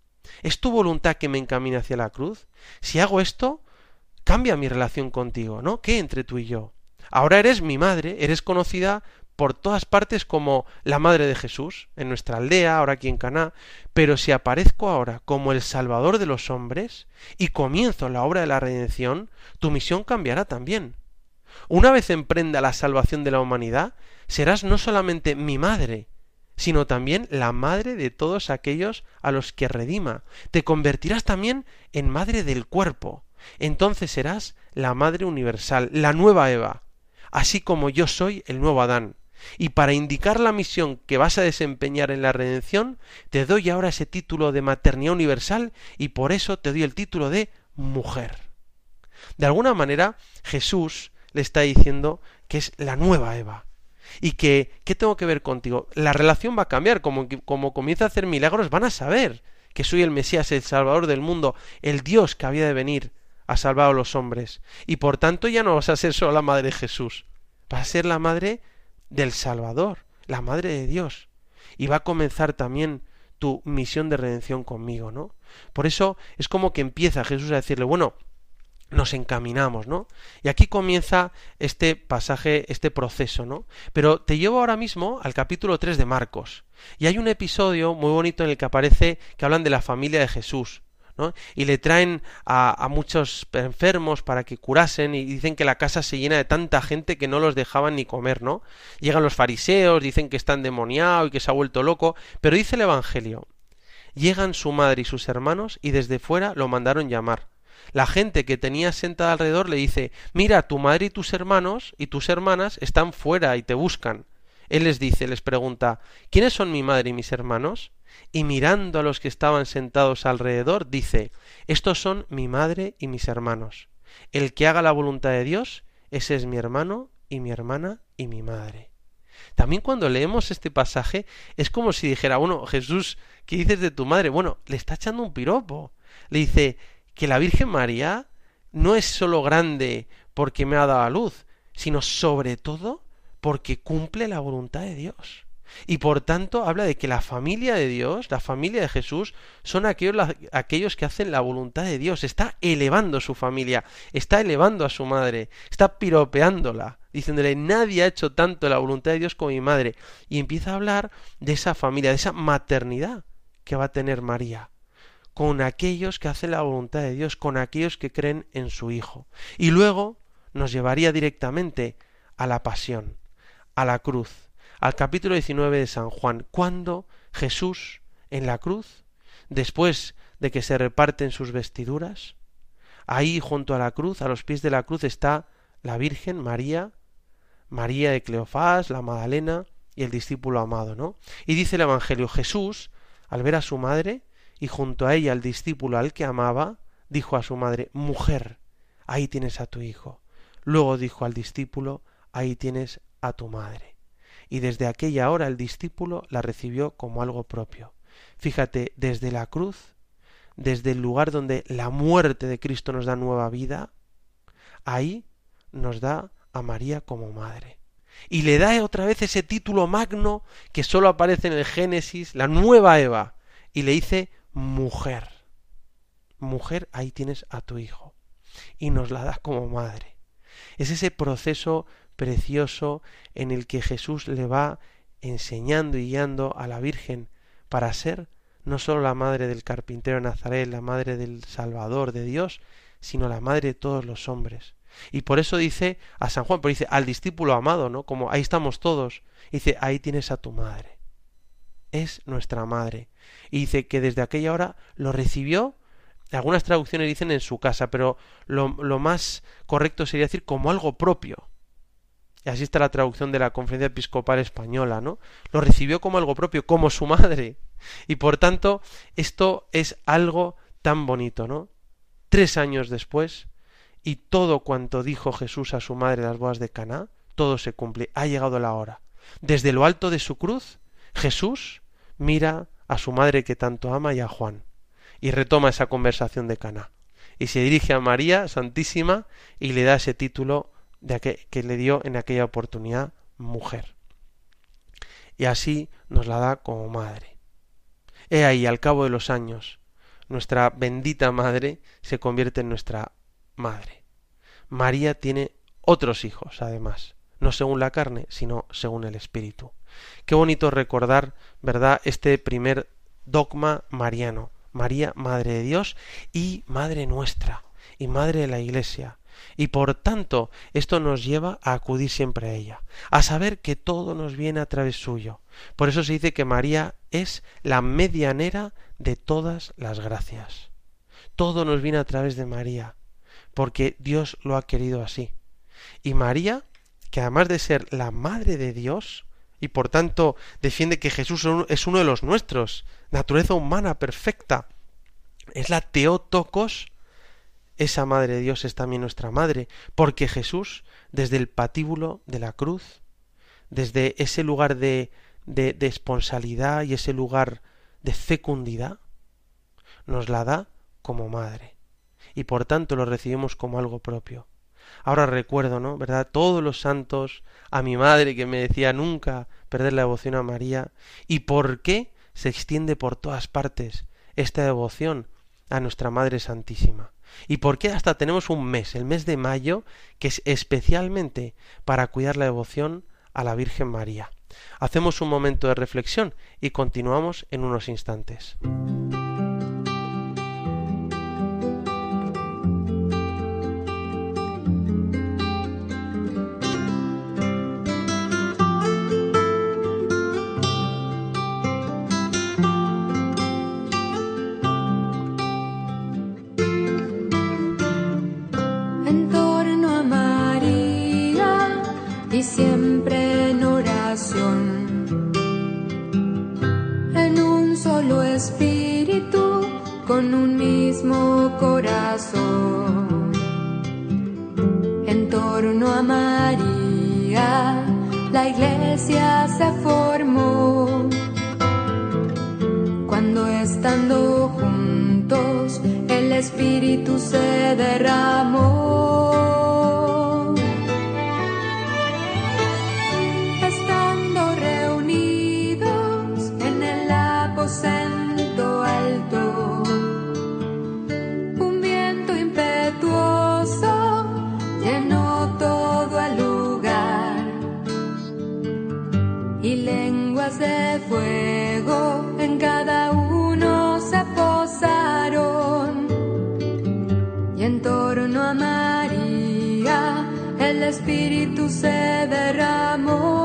¿Es tu voluntad que me encamine hacia la cruz? Si hago esto, cambia mi relación contigo, ¿no? ¿Qué entre tú y yo? Ahora eres mi madre, eres conocida por todas partes como la madre de Jesús, en nuestra aldea, ahora aquí en Caná, pero si aparezco ahora como el Salvador de los hombres y comienzo la obra de la redención, tu misión cambiará también. Una vez emprenda la salvación de la humanidad, serás no solamente mi madre, sino también la madre de todos aquellos a los que redima. Te convertirás también en madre del cuerpo. Entonces serás la madre universal, la nueva Eva, así como yo soy el nuevo Adán. Y para indicar la misión que vas a desempeñar en la redención, te doy ahora ese título de maternidad universal y por eso te doy el título de mujer. De alguna manera, Jesús le está diciendo que es la nueva Eva. Y que, ¿qué tengo que ver contigo? La relación va a cambiar, como, como comienza a hacer milagros, van a saber que soy el Mesías, el Salvador del mundo, el Dios que había de venir a salvar a los hombres. Y por tanto ya no vas a ser solo la madre de Jesús, vas a ser la madre del Salvador, la madre de Dios. Y va a comenzar también tu misión de redención conmigo, ¿no? Por eso es como que empieza Jesús a decirle, bueno, nos encaminamos, ¿no? Y aquí comienza este pasaje, este proceso, ¿no? Pero te llevo ahora mismo al capítulo tres de Marcos. Y hay un episodio muy bonito en el que aparece que hablan de la familia de Jesús, ¿no? Y le traen a, a muchos enfermos para que curasen y dicen que la casa se llena de tanta gente que no los dejaban ni comer, ¿no? Llegan los fariseos, dicen que está endemoniado y que se ha vuelto loco, pero dice el Evangelio, llegan su madre y sus hermanos y desde fuera lo mandaron llamar. La gente que tenía sentada alrededor le dice, mira, tu madre y tus hermanos y tus hermanas están fuera y te buscan. Él les dice, les pregunta, ¿quiénes son mi madre y mis hermanos? Y mirando a los que estaban sentados alrededor, dice, estos son mi madre y mis hermanos. El que haga la voluntad de Dios, ese es mi hermano y mi hermana y mi madre. También cuando leemos este pasaje, es como si dijera, bueno, Jesús, ¿qué dices de tu madre? Bueno, le está echando un piropo. Le dice que la Virgen María no es solo grande porque me ha dado a luz, sino sobre todo porque cumple la voluntad de Dios. Y por tanto habla de que la familia de Dios, la familia de Jesús, son aquellos, aquellos que hacen la voluntad de Dios. Está elevando su familia, está elevando a su madre, está piropeándola, diciéndole, nadie ha hecho tanto la voluntad de Dios como mi madre. Y empieza a hablar de esa familia, de esa maternidad que va a tener María, con aquellos que hacen la voluntad de Dios, con aquellos que creen en su Hijo. Y luego nos llevaría directamente a la pasión, a la cruz, al capítulo diecinueve de San Juan, cuando Jesús en la cruz, después de que se reparten sus vestiduras, ahí junto a la cruz, a los pies de la cruz, está la Virgen María, María de Cleofás, la Magdalena y el discípulo amado, ¿no? Y dice el Evangelio, Jesús, al ver a su madre, y junto a ella al discípulo al que amaba, dijo a su madre, mujer, ahí tienes a tu hijo. Luego dijo al discípulo, ahí tienes a tu madre. Y desde aquella hora el discípulo la recibió como algo propio. Fíjate, desde la cruz, desde el lugar donde la muerte de Cristo nos da nueva vida, ahí nos da a María como madre. Y le da otra vez ese título magno que solo aparece en el Génesis, la nueva Eva, y le dice mujer. Mujer, ahí tienes a tu hijo. Y nos la da como madre. Es ese proceso precioso en el que Jesús le va enseñando y guiando a la Virgen para ser no solo la madre del carpintero de Nazaret, la madre del Salvador de Dios, sino la madre de todos los hombres. Y por eso dice a San Juan, pero dice al discípulo amado, ¿no? Como ahí estamos todos. Dice, ahí tienes a tu madre. Es nuestra madre. Y dice que desde aquella hora lo recibió, algunas traducciones dicen en su casa, pero lo, lo más correcto sería decir como algo propio. Y así está la traducción de la Conferencia Episcopal Española, ¿no? Lo recibió como algo propio, como su madre. Y por tanto, esto es algo tan bonito, ¿no? Tres años después, y todo cuanto dijo Jesús a su madre en las bodas de Caná, todo se cumple. Ha llegado la hora. Desde lo alto de su cruz, Jesús mira a su madre que tanto ama y a Juan. Y retoma esa conversación de Caná. Y se dirige a María Santísima y le da ese título de aquel, que le dio en aquella oportunidad mujer. Y así nos la da como madre. He ahí, al cabo de los años, nuestra bendita madre se convierte en nuestra madre. María tiene otros hijos, además, no según la carne, sino según el Espíritu. Qué bonito recordar, ¿verdad?, este primer dogma mariano. María, Madre de Dios y Madre nuestra, y Madre de la Iglesia. Y por tanto, esto nos lleva a acudir siempre a ella, a saber que todo nos viene a través suyo. Por eso se dice que María es la medianera de todas las gracias. Todo nos viene a través de María, porque Dios lo ha querido así. Y María, que además de ser la Madre de Dios, y por tanto defiende que Jesús es uno de los nuestros, naturaleza humana perfecta, es la Theotokos. Esa Madre de Dios es también nuestra Madre, porque Jesús, desde el patíbulo de la cruz, desde ese lugar de, de, de esponsalidad y ese lugar de fecundidad, nos la da como Madre, y por tanto lo recibimos como algo propio. Ahora recuerdo, ¿no?, ¿verdad?, todos los santos, a mi madre que me decía nunca perder la devoción a María, y por qué se extiende por todas partes esta devoción a nuestra Madre Santísima. Y por qué hasta tenemos un mes, el mes de mayo, que es especialmente para cuidar la devoción a la Virgen María. Hacemos un momento de reflexión y continuamos en unos instantes. Y siempre en oración, en un solo espíritu, con un mismo corazón. En torno a María, la iglesia se formó. Cuando estando juntos, el espíritu se derramó. Aposento alto, un viento impetuoso llenó todo el lugar, y lenguas de fuego en cada uno se posaron, y en torno a María el Espíritu se derramó.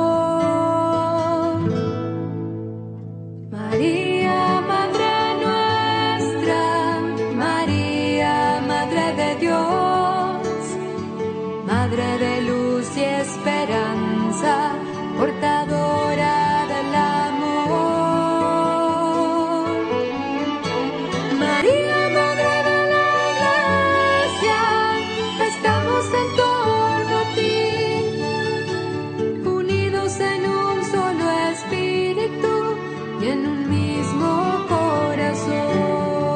María, Madre nuestra, María, Madre de Dios, Madre de luz y esperanza, portadora del amor. María, Madre de la Iglesia, estamos en torno a ti, unidos en un solo espíritu y en un mismo corazón.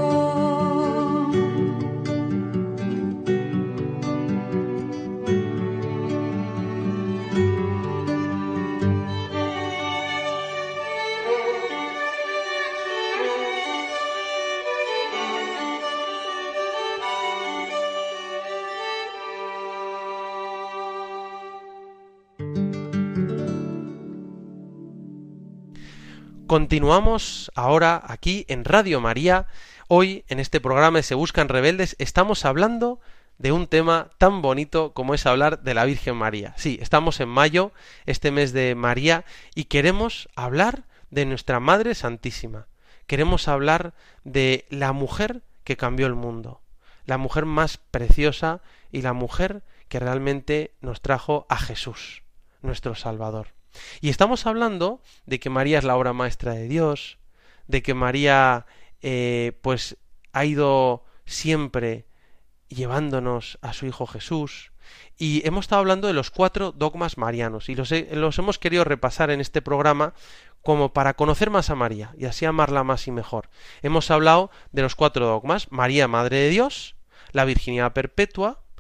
Continuamos ahora aquí en Radio María. Hoy en este programa de Se Buscan Rebeldes estamos hablando de un tema tan bonito como es hablar de la Virgen María. Sí, estamos en mayo, este mes de María, y queremos hablar de nuestra Madre Santísima. Queremos hablar de la mujer que cambió el mundo, la mujer más preciosa y la mujer que realmente nos trajo a Jesús, nuestro Salvador. Y estamos hablando de que María es la obra maestra de Dios, de que María eh, pues ha ido siempre llevándonos a su Hijo Jesús, y hemos estado hablando de los cuatro dogmas marianos, y los, he, los hemos querido repasar en este programa como para conocer más a María y así amarla más y mejor. Hemos hablado de los cuatro dogmas: María, Madre de Dios, la virginidad perpetua,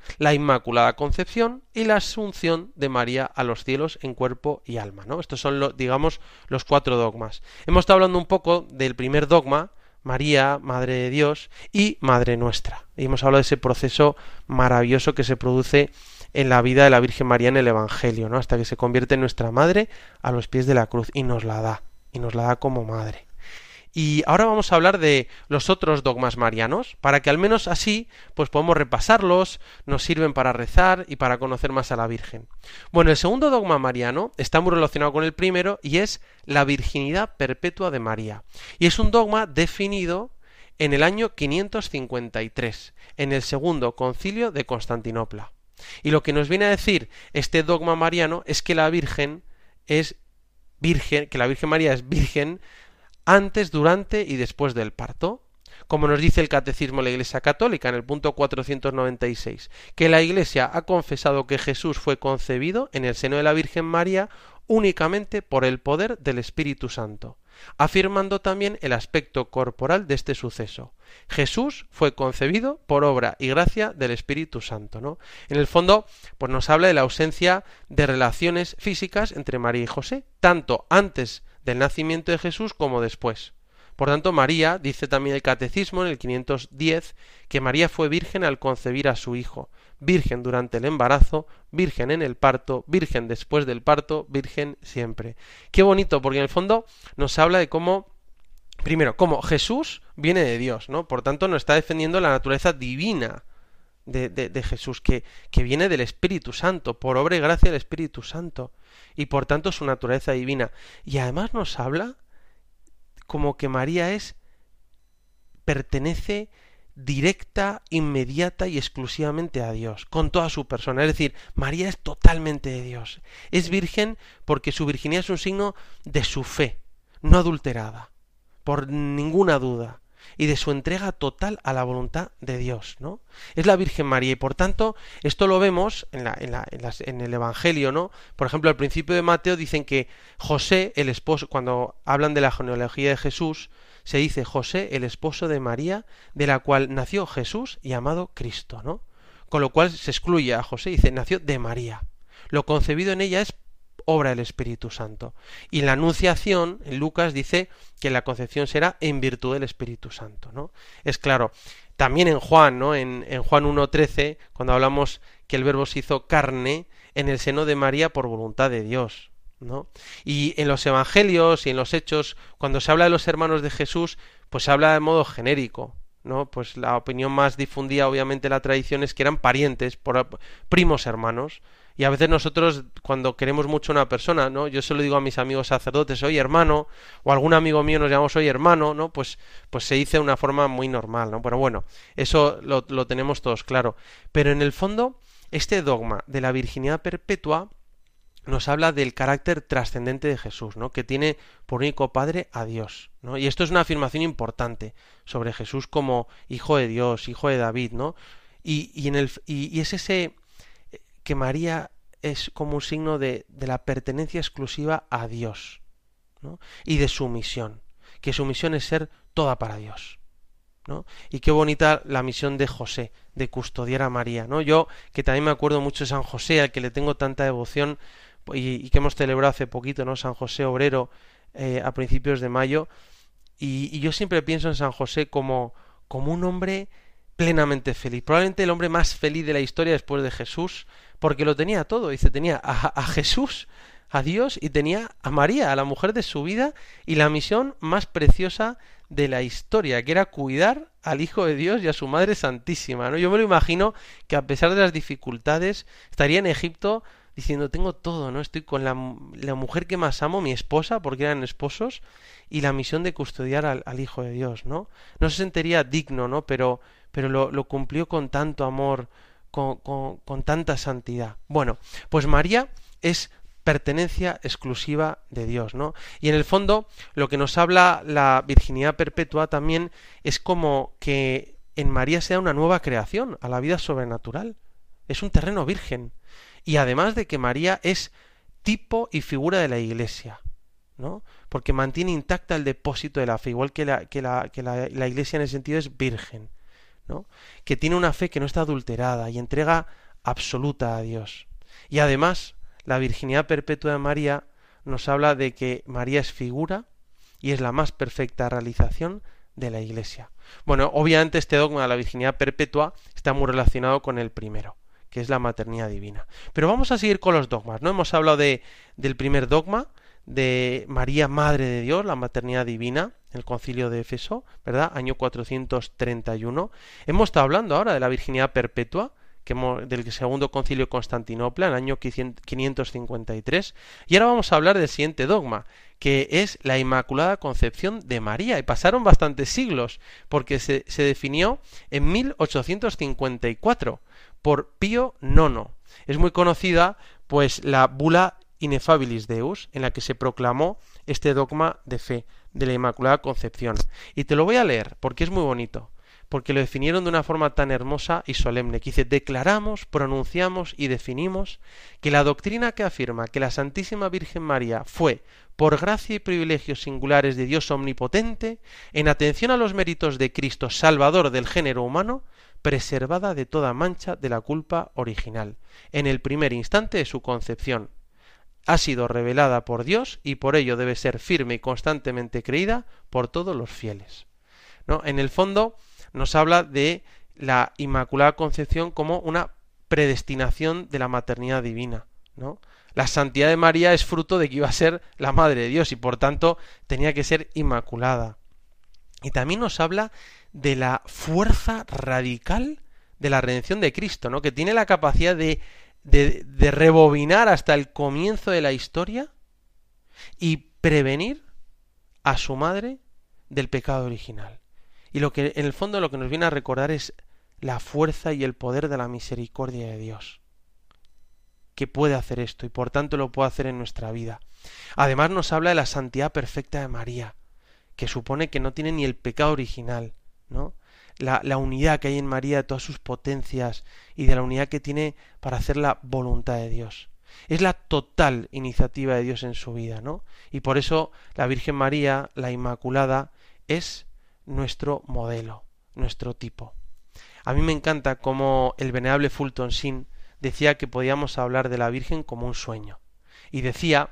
la Inmaculada Concepción y la Asunción de María a los cielos en cuerpo y alma, ¿no? Estos son, los, digamos, los cuatro dogmas. Hemos estado hablando un poco del primer dogma, María, Madre de Dios y Madre Nuestra. Y hemos hablado de ese proceso maravilloso que se produce en la vida de la Virgen María en el Evangelio, ¿no? Hasta que se convierte en nuestra Madre a los pies de la cruz y nos la da, y nos la da como Madre. Y ahora vamos a hablar de los otros dogmas marianos, para que al menos así pues podamos repasarlos, nos sirven para rezar y para conocer más a la Virgen. Bueno, el segundo dogma mariano está muy relacionado con el primero y es la virginidad perpetua de María. Y es un dogma definido en el año quinientos cincuenta y tres, en el segundo concilio de Constantinopla. Y lo que nos viene a decir este dogma mariano es que la Virgen es virgen, que la Virgen María es virgen antes, durante y después del parto, como nos dice el Catecismo de la Iglesia Católica en el punto cuatrocientos noventa y seis, que la Iglesia ha confesado que Jesús fue concebido en el seno de la Virgen María únicamente por el poder del Espíritu Santo, afirmando también el aspecto corporal de este suceso. Jesús fue concebido por obra y gracia del Espíritu Santo, ¿no? En el fondo, pues nos habla de la ausencia de relaciones físicas entre María y José, tanto antes del nacimiento de Jesús como después. Por tanto, María, dice también el Catecismo en el quinientos diez, que María fue virgen al concebir a su hijo, virgen durante el embarazo, virgen en el parto, virgen después del parto, virgen siempre. Qué bonito, porque en el fondo nos habla de cómo, primero, cómo Jesús viene de Dios, ¿no? Por tanto, nos está defendiendo la naturaleza divina de, de, de Jesús, que, que viene del Espíritu Santo, por obra y gracia del Espíritu Santo, y por tanto su naturaleza divina. Y además nos habla como que María es, pertenece directa, inmediata y exclusivamente a Dios, con toda su persona. Es decir, María es totalmente de Dios. Es virgen porque su virginidad es un signo de su fe, no adulterada, por ninguna duda, y de su entrega total a la voluntad de Dios, ¿no? Es la Virgen María, y por tanto, esto lo vemos en, la, en, la, en, las, en el Evangelio, ¿no? Por ejemplo, al principio de Mateo dicen que José, el esposo, cuando hablan de la genealogía de Jesús, se dice José, el esposo de María, de la cual nació Jesús llamado Cristo, ¿no? Con lo cual se excluye a José y dice, nació de María. Lo concebido en ella es obra del Espíritu Santo. Y en la Anunciación, en Lucas, dice que la concepción será en virtud del Espíritu Santo, ¿no? Es claro. También en Juan, ¿no? En, en Juan uno trece, cuando hablamos que el Verbo se hizo carne en el seno de María por voluntad de Dios, ¿no? Y en los Evangelios y en los Hechos, cuando se habla de los hermanos de Jesús, pues se habla de modo genérico, ¿no? Pues la opinión más difundida, obviamente, la tradición es que eran parientes, por, primos hermanos. Y a veces nosotros, cuando queremos mucho a una persona, ¿no? Yo se lo digo a mis amigos sacerdotes, oye hermano, o algún amigo mío nos llamamos oye hermano, ¿no? Pues, pues se dice de una forma muy normal, ¿no? Pero bueno, eso lo, lo tenemos todos claro. Pero en el fondo, este dogma de la virginidad perpetua nos habla del carácter trascendente de Jesús, ¿no? Que tiene por único Padre a Dios, ¿no? Y esto es una afirmación importante sobre Jesús como hijo de Dios, hijo de David, ¿no? Y, y, en el, y, y es ese que María es como un signo de, de la pertenencia exclusiva a Dios, ¿no? Y de su misión, que su misión es ser toda para Dios, ¿no? Y qué bonita la misión de José, de custodiar a María, ¿no? Yo, que también me acuerdo mucho de San José, al que le tengo tanta devoción, y, y que hemos celebrado hace poquito, ¿no? San José Obrero, eh, a principios de mayo, y, y yo siempre pienso en San José como, como un hombre plenamente feliz, probablemente el hombre más feliz de la historia después de Jesús, porque lo tenía todo, dice, tenía a, a Jesús, a Dios, y tenía a María, a la mujer de su vida, y la misión más preciosa de la historia, que era cuidar al Hijo de Dios y a su Madre Santísima, ¿no? Yo me lo imagino que a pesar de las dificultades, estaría en Egipto diciendo, tengo todo, ¿no? Estoy con la, la mujer que más amo, mi esposa, porque eran esposos, y la misión de custodiar al, al Hijo de Dios, ¿no? No se sentiría digno, ¿no? Pero, pero lo, lo cumplió con tanto amor, Con, con, con tanta santidad. Bueno, pues María es pertenencia exclusiva de Dios, ¿no? Y en el fondo, lo que nos habla la virginidad perpetua también es como que en María sea una nueva creación a la vida sobrenatural. Es un terreno virgen. Y además de que María es tipo y figura de la Iglesia, ¿no? Porque mantiene intacta el depósito de la fe, igual que la, que la, que la, la Iglesia en ese sentido es virgen, ¿no? Que tiene una fe que no está adulterada y entrega absoluta a Dios. Y además, la virginidad perpetua de María nos habla de que María es figura y es la más perfecta realización de la Iglesia. Bueno, obviamente este dogma de la virginidad perpetua está muy relacionado con el primero, que es la maternidad divina. Pero vamos a seguir con los dogmas, ¿no? Hemos hablado de, del primer dogma, de María, Madre de Dios, la maternidad divina, el concilio de Éfeso, ¿verdad? Año cuatrocientos treinta y uno. Hemos estado hablando ahora de la virginidad perpetua, que hemos, del segundo concilio de Constantinopla, en el año quinientos cincuenta y tres. Y ahora vamos a hablar del siguiente dogma, que es la Inmaculada Concepción de María. Y pasaron bastantes siglos, porque se, se definió en mil ochocientos cincuenta y cuatro por Pío nono. Es muy conocida, pues, la bula Ineffabilis Deus, en la que se proclamó este dogma de fe de la Inmaculada Concepción. Y te lo voy a leer, porque es muy bonito, porque lo definieron de una forma tan hermosa y solemne, que dice: declaramos, pronunciamos y definimos que la doctrina que afirma que la Santísima Virgen María fue, por gracia y privilegios singulares de Dios omnipotente, en atención a los méritos de Cristo, Salvador del género humano, preservada de toda mancha de la culpa original, en el primer instante de su concepción, ha sido revelada por Dios y por ello debe ser firme y constantemente creída por todos los fieles, ¿no? En el fondo nos habla de la Inmaculada Concepción como una predestinación de la maternidad divina, ¿no? La santidad de María es fruto de que iba a ser la Madre de Dios y por tanto tenía que ser inmaculada. Y también nos habla de la fuerza radical de la redención de Cristo, ¿no? Que tiene la capacidad de De, de rebobinar hasta el comienzo de la historia y prevenir a su madre del pecado original. Y lo que en el fondo lo que nos viene a recordar es la fuerza y el poder de la misericordia de Dios, que puede hacer esto y por tanto lo puede hacer en nuestra vida. Además nos habla de la santidad perfecta de María, que supone que no tiene ni el pecado original, ¿no? La, la unidad que hay en María de todas sus potencias y de la unidad que tiene para hacer la voluntad de Dios. Es la total iniciativa de Dios en su vida, ¿no? Y por eso la Virgen María, la Inmaculada, es nuestro modelo, nuestro tipo. A mí me encanta cómo el venerable Fulton Sheen decía que podíamos hablar de la Virgen como un sueño. Y decía,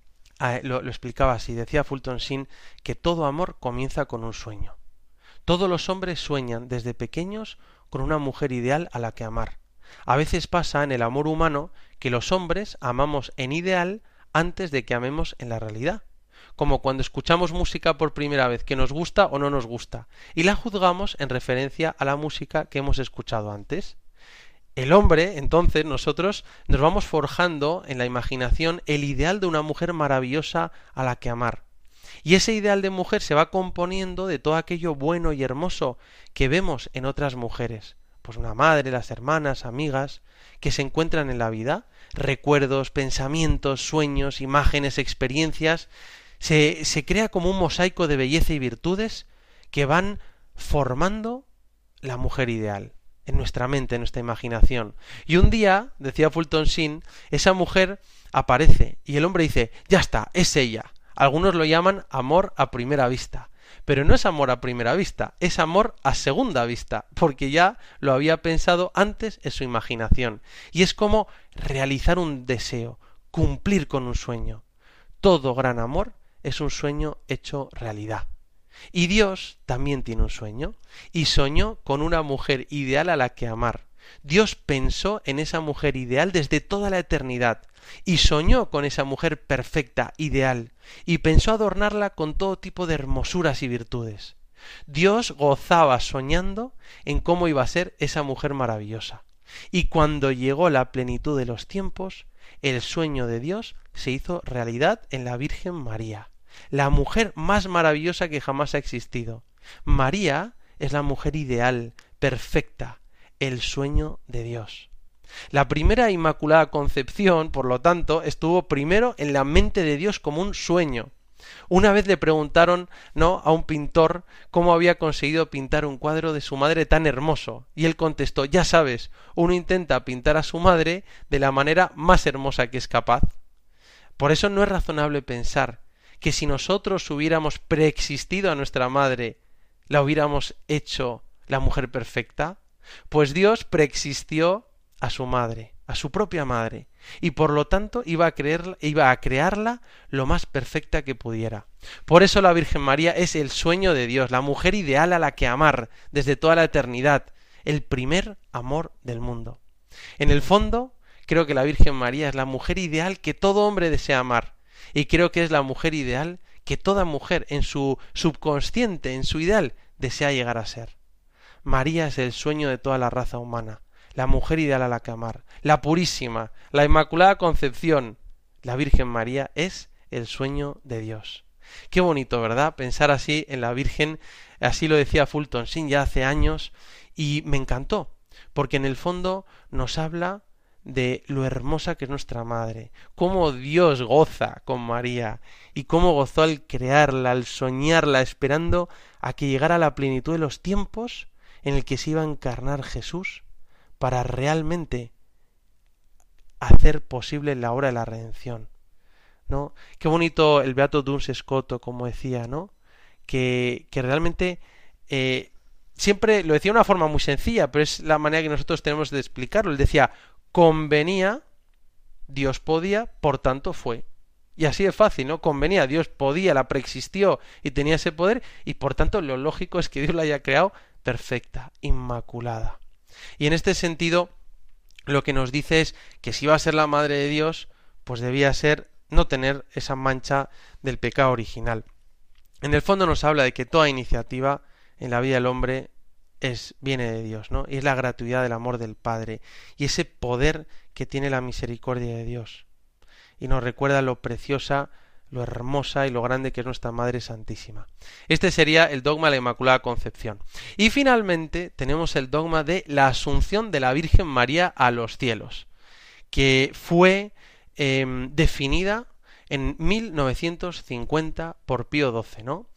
lo, lo explicaba así, decía Fulton Sheen que todo amor comienza con un sueño. Todos los hombres sueñan desde pequeños con una mujer ideal a la que amar. A veces pasa en el amor humano que los hombres amamos en ideal antes de que amemos en la realidad. Como cuando escuchamos música por primera vez que nos gusta o no nos gusta, y la juzgamos en referencia a la música que hemos escuchado antes. El hombre, entonces, nosotros nos vamos forjando en la imaginación el ideal de una mujer maravillosa a la que amar. Y ese ideal de mujer se va componiendo de todo aquello bueno y hermoso que vemos en otras mujeres. Pues una madre, las hermanas, amigas, que se encuentran en la vida, recuerdos, pensamientos, sueños, imágenes, experiencias. Se, se crea como un mosaico de belleza y virtudes que van formando la mujer ideal en nuestra mente, en nuestra imaginación. Y un día, decía Fulton Sheen, esa mujer aparece y el hombre dice: ya está, es ella. Algunos lo llaman amor a primera vista, pero no es amor a primera vista, es amor a segunda vista, porque ya lo había pensado antes en su imaginación. Y es como realizar un deseo, cumplir con un sueño. Todo gran amor es un sueño hecho realidad. Y Dios también tiene un sueño, y soñó con una mujer ideal a la que amar. Dios pensó en esa mujer ideal desde toda la eternidad, y soñó con esa mujer perfecta, ideal, y pensó adornarla con todo tipo de hermosuras y virtudes. Dios gozaba soñando en cómo iba a ser esa mujer maravillosa. Y cuando llegó la plenitud de los tiempos, el sueño de Dios se hizo realidad en la Virgen María, la mujer más maravillosa que jamás ha existido. María es la mujer ideal, perfecta, el sueño de Dios. La primera Inmaculada Concepción, por lo tanto, estuvo primero en la mente de Dios como un sueño. Una vez le preguntaron, ¿no?, a un pintor cómo había conseguido pintar un cuadro de su madre tan hermoso, y él contestó: ya sabes, uno intenta pintar a su madre de la manera más hermosa que es capaz. Por eso no es razonable pensar que si nosotros hubiéramos preexistido a nuestra madre, la hubiéramos hecho la mujer perfecta? Pues Dios preexistió a su madre, a su propia madre, y por lo tanto iba a, creer, iba a crearla lo más perfecta que pudiera. Por eso la Virgen María es el sueño de Dios, la mujer ideal a la que amar desde toda la eternidad, el primer amor del mundo. En el fondo, creo que la Virgen María es la mujer ideal que todo hombre desea amar, y creo que es la mujer ideal que toda mujer en su subconsciente, en su ideal, desea llegar a ser. María es el sueño de toda la raza humana, la mujer ideal a la que amar, la purísima, la Inmaculada Concepción. La Virgen María es el sueño de Dios. Qué bonito, ¿verdad? Pensar así en la Virgen, así lo decía Fulton Sheen ya hace años, y me encantó, porque en el fondo nos habla de lo hermosa que es nuestra madre, cómo Dios goza con María y cómo gozó al crearla, al soñarla, esperando a que llegara la plenitud de los tiempos en el que se iba a encarnar Jesús para realmente hacer posible la obra de la redención, ¿no? Qué bonito el Beato Duns Scoto, como decía, ¿no? Que, que realmente eh, siempre lo decía de una forma muy sencilla, pero es la manera que nosotros tenemos de explicarlo. Él decía, convenía, Dios podía, por tanto fue. Y así es fácil, ¿no? Convenía, Dios podía, la preexistió y tenía ese poder, y por tanto lo lógico es que Dios la haya creado perfecta, inmaculada. Y en este sentido, lo que nos dice es que si iba a ser la madre de Dios, pues debía ser no tener esa mancha del pecado original. En el fondo nos habla de que toda iniciativa en la vida del hombre es viene de Dios, ¿no? Y es la gratuidad del amor del Padre y ese poder que tiene la misericordia de Dios. Y nos recuerda lo preciosa, lo hermosa y lo grande que es nuestra Madre Santísima. Este sería el dogma de la Inmaculada Concepción. Y finalmente tenemos el dogma de la Asunción de la Virgen María a los cielos, que fue eh, definida en mil novecientos cincuenta por Pío doce, ¿no?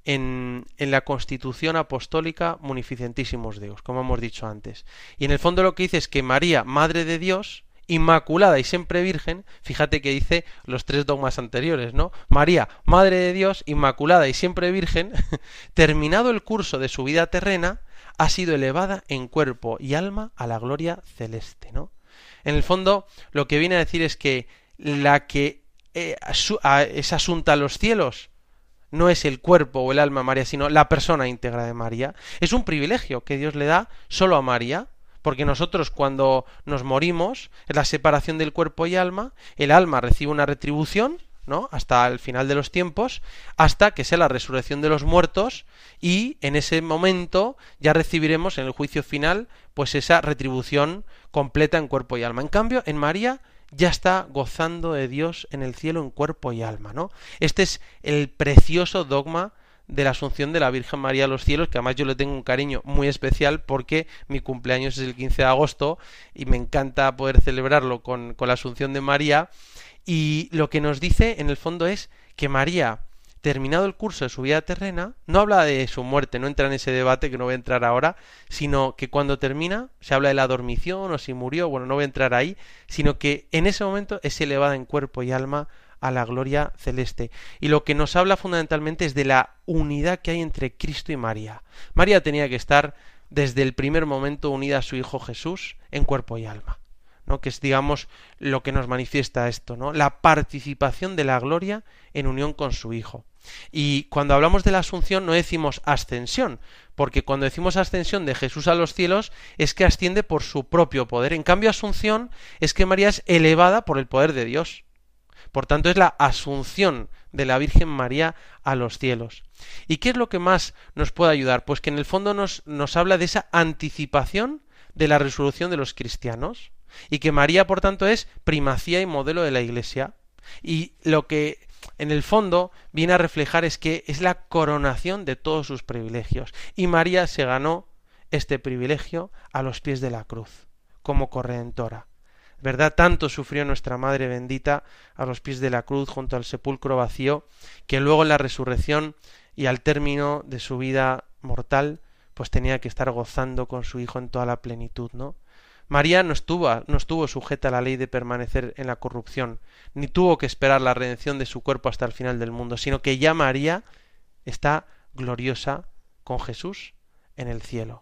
En, en la Constitución Apostólica Munificentissimus Deus, como hemos dicho antes. Y en el fondo lo que dice es que María, Madre de Dios, Inmaculada y siempre Virgen, fíjate que dice los tres dogmas anteriores, ¿no? María, Madre de Dios, Inmaculada y siempre Virgen, terminado el curso de su vida terrena, ha sido elevada en cuerpo y alma a la gloria celeste, ¿no? En el fondo, lo que viene a decir es que la que eh, asu a, es asunta a los cielos no es el cuerpo o el alma de María, sino la persona íntegra de María. Es un privilegio que Dios le da solo a María, porque nosotros cuando nos morimos, es la separación del cuerpo y alma, el alma recibe una retribución, ¿no? Hasta el final de los tiempos, hasta que sea la resurrección de los muertos, y en ese momento ya recibiremos en el juicio final pues esa retribución completa en cuerpo y alma. En cambio, en María ya está gozando de Dios en el cielo en cuerpo y alma, ¿no? Este es el precioso dogma de la Asunción de la Virgen María a los cielos, que además yo le tengo un cariño muy especial porque mi cumpleaños es el quince de agosto y me encanta poder celebrarlo con, con la Asunción de María. Y lo que nos dice en el fondo es que María, terminado el curso de su vida terrena, no habla de su muerte, no entra en ese debate que no voy a entrar ahora, sino que cuando termina se habla de la dormición o si murió, bueno, no voy a entrar ahí, sino que en ese momento es elevada en cuerpo y alma a la gloria celeste. Y lo que nos habla fundamentalmente es de la unidad que hay entre Cristo y María. María tenía que estar desde el primer momento unida a su Hijo Jesús en cuerpo y alma, ¿no? Que es, digamos, lo que nos manifiesta esto, ¿no? La participación de la gloria en unión con su Hijo. Y cuando hablamos de la Asunción no decimos ascensión, porque cuando decimos ascensión de Jesús a los cielos es que asciende por su propio poder. En cambio, Asunción es que María es elevada por el poder de Dios. Por tanto, es la asunción de la Virgen María a los cielos. ¿Y qué es lo que más nos puede ayudar? Pues que en el fondo nos, nos habla de esa anticipación de la resurrección de los cristianos, y que María, por tanto, es primacía y modelo de la Iglesia. Y lo que en el fondo viene a reflejar es que es la coronación de todos sus privilegios. Y María se ganó este privilegio a los pies de la cruz, como corredentora. ¿Verdad? Tanto sufrió nuestra Madre bendita a los pies de la cruz junto al sepulcro vacío, que luego en la resurrección y al término de su vida mortal, pues tenía que estar gozando con su Hijo en toda la plenitud, ¿no? María no estuvo, no estuvo sujeta a la ley de permanecer en la corrupción, ni tuvo que esperar la redención de su cuerpo hasta el final del mundo, sino que ya María está gloriosa con Jesús en el cielo.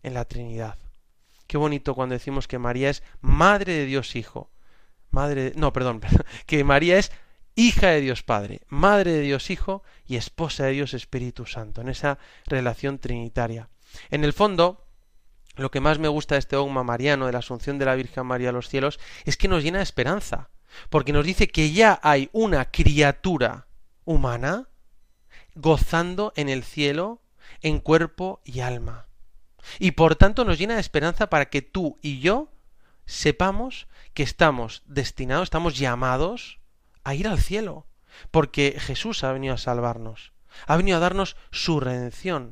en la Trinidad. Qué bonito cuando decimos que María es Madre de Dios Hijo. Madre, no, perdón, perdón, que María es hija de Dios Padre, Madre de Dios Hijo y esposa de Dios Espíritu Santo, en esa relación trinitaria. En el fondo, lo que más me gusta de este dogma mariano, de la Asunción de la Virgen María a los cielos, es que nos llena de esperanza, porque nos dice que ya hay una criatura humana gozando en el cielo en cuerpo y alma. Y por tanto nos llena de esperanza para que tú y yo sepamos que estamos destinados, estamos llamados a ir al cielo, porque Jesús ha venido a salvarnos, ha venido a darnos su redención.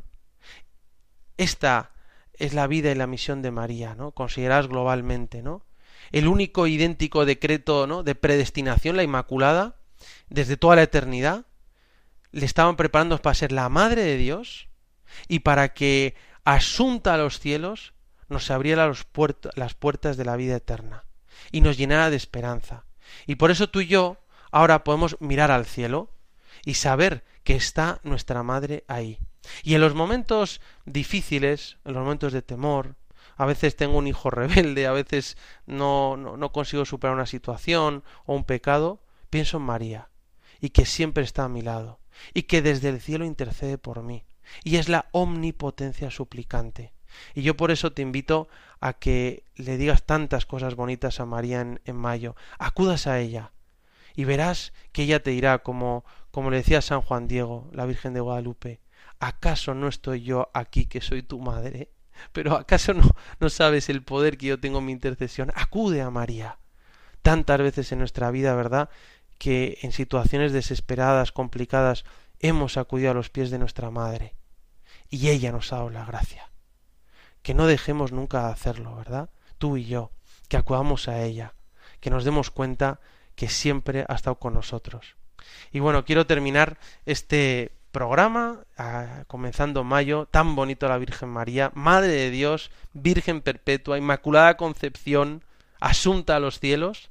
Esta es la vida y la misión de María, ¿no? Consideradas globalmente, ¿no? El único idéntico decreto, ¿no?, de predestinación, la Inmaculada, desde toda la eternidad, le estaban preparando para ser la Madre de Dios y para que, asunta a los cielos, nos abriera los puert- las puertas de la vida eterna y nos llenara de esperanza. Y por eso tú y yo ahora podemos mirar al cielo y saber que está nuestra Madre ahí. Y en los momentos difíciles, en los momentos de temor, a veces tengo un hijo rebelde, a veces no, no, no consigo superar una situación o un pecado, pienso en María y que siempre está a mi lado y que desde el cielo intercede por mí y es la omnipotencia suplicante. Y yo por eso te invito a que le digas tantas cosas bonitas a María en, en mayo, acudas a ella y verás que ella te dirá, como, como le decía San Juan Diego, la Virgen de Guadalupe: ¿acaso no estoy yo aquí que soy tu madre? ¿Pero acaso no, no sabes el poder que yo tengo en mi intercesión? Acude a María. Tantas veces en nuestra vida, ¿verdad?, que en situaciones desesperadas, complicadas, hemos acudido a los pies de nuestra Madre y ella nos ha dado la gracia. Que no dejemos nunca de hacerlo, ¿verdad?, tú y yo, que acudamos a ella, que nos demos cuenta que siempre ha estado con nosotros. Y bueno, quiero terminar este programa uh, comenzando mayo, tan bonito la Virgen María, Madre de Dios, Virgen Perpetua, Inmaculada Concepción, asunta a los cielos,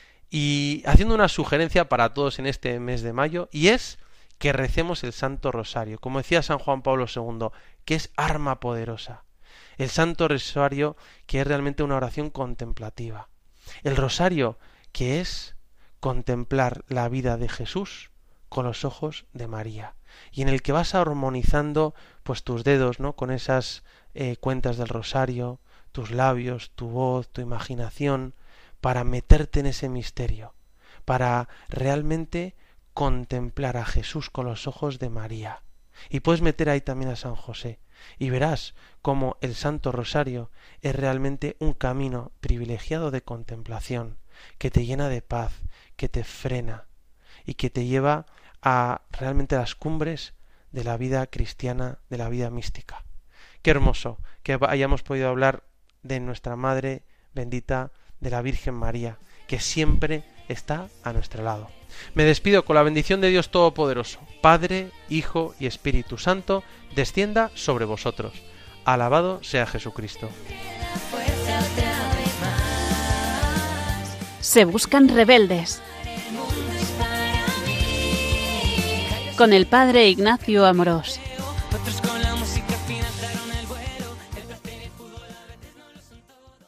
y haciendo una sugerencia para todos en este mes de mayo, y es que recemos el Santo Rosario, como decía San Juan Pablo segundo, que es arma poderosa. El Santo Rosario, que es realmente una oración contemplativa. El Rosario, que es contemplar la vida de Jesús con los ojos de María, y en el que vas armonizando pues tus dedos, ¿no?, con esas eh, cuentas del Rosario, tus labios, tu voz, tu imaginación, para meterte en ese misterio, para realmente contemplar a Jesús con los ojos de María. Y puedes meter ahí también a San José, y verás cómo el Santo Rosario es realmente un camino privilegiado de contemplación, que te llena de paz, que te frena y que te lleva a realmente las cumbres de la vida cristiana, de la vida mística. Qué hermoso que hayamos podido hablar de nuestra Madre bendita, de la Virgen María, que siempre está a nuestro lado. Me despido con la bendición de Dios Todopoderoso, Padre, Hijo y Espíritu Santo, descienda sobre vosotros. Alabado sea Jesucristo. Se buscan rebeldes. Con el Padre Ignacio Amorós.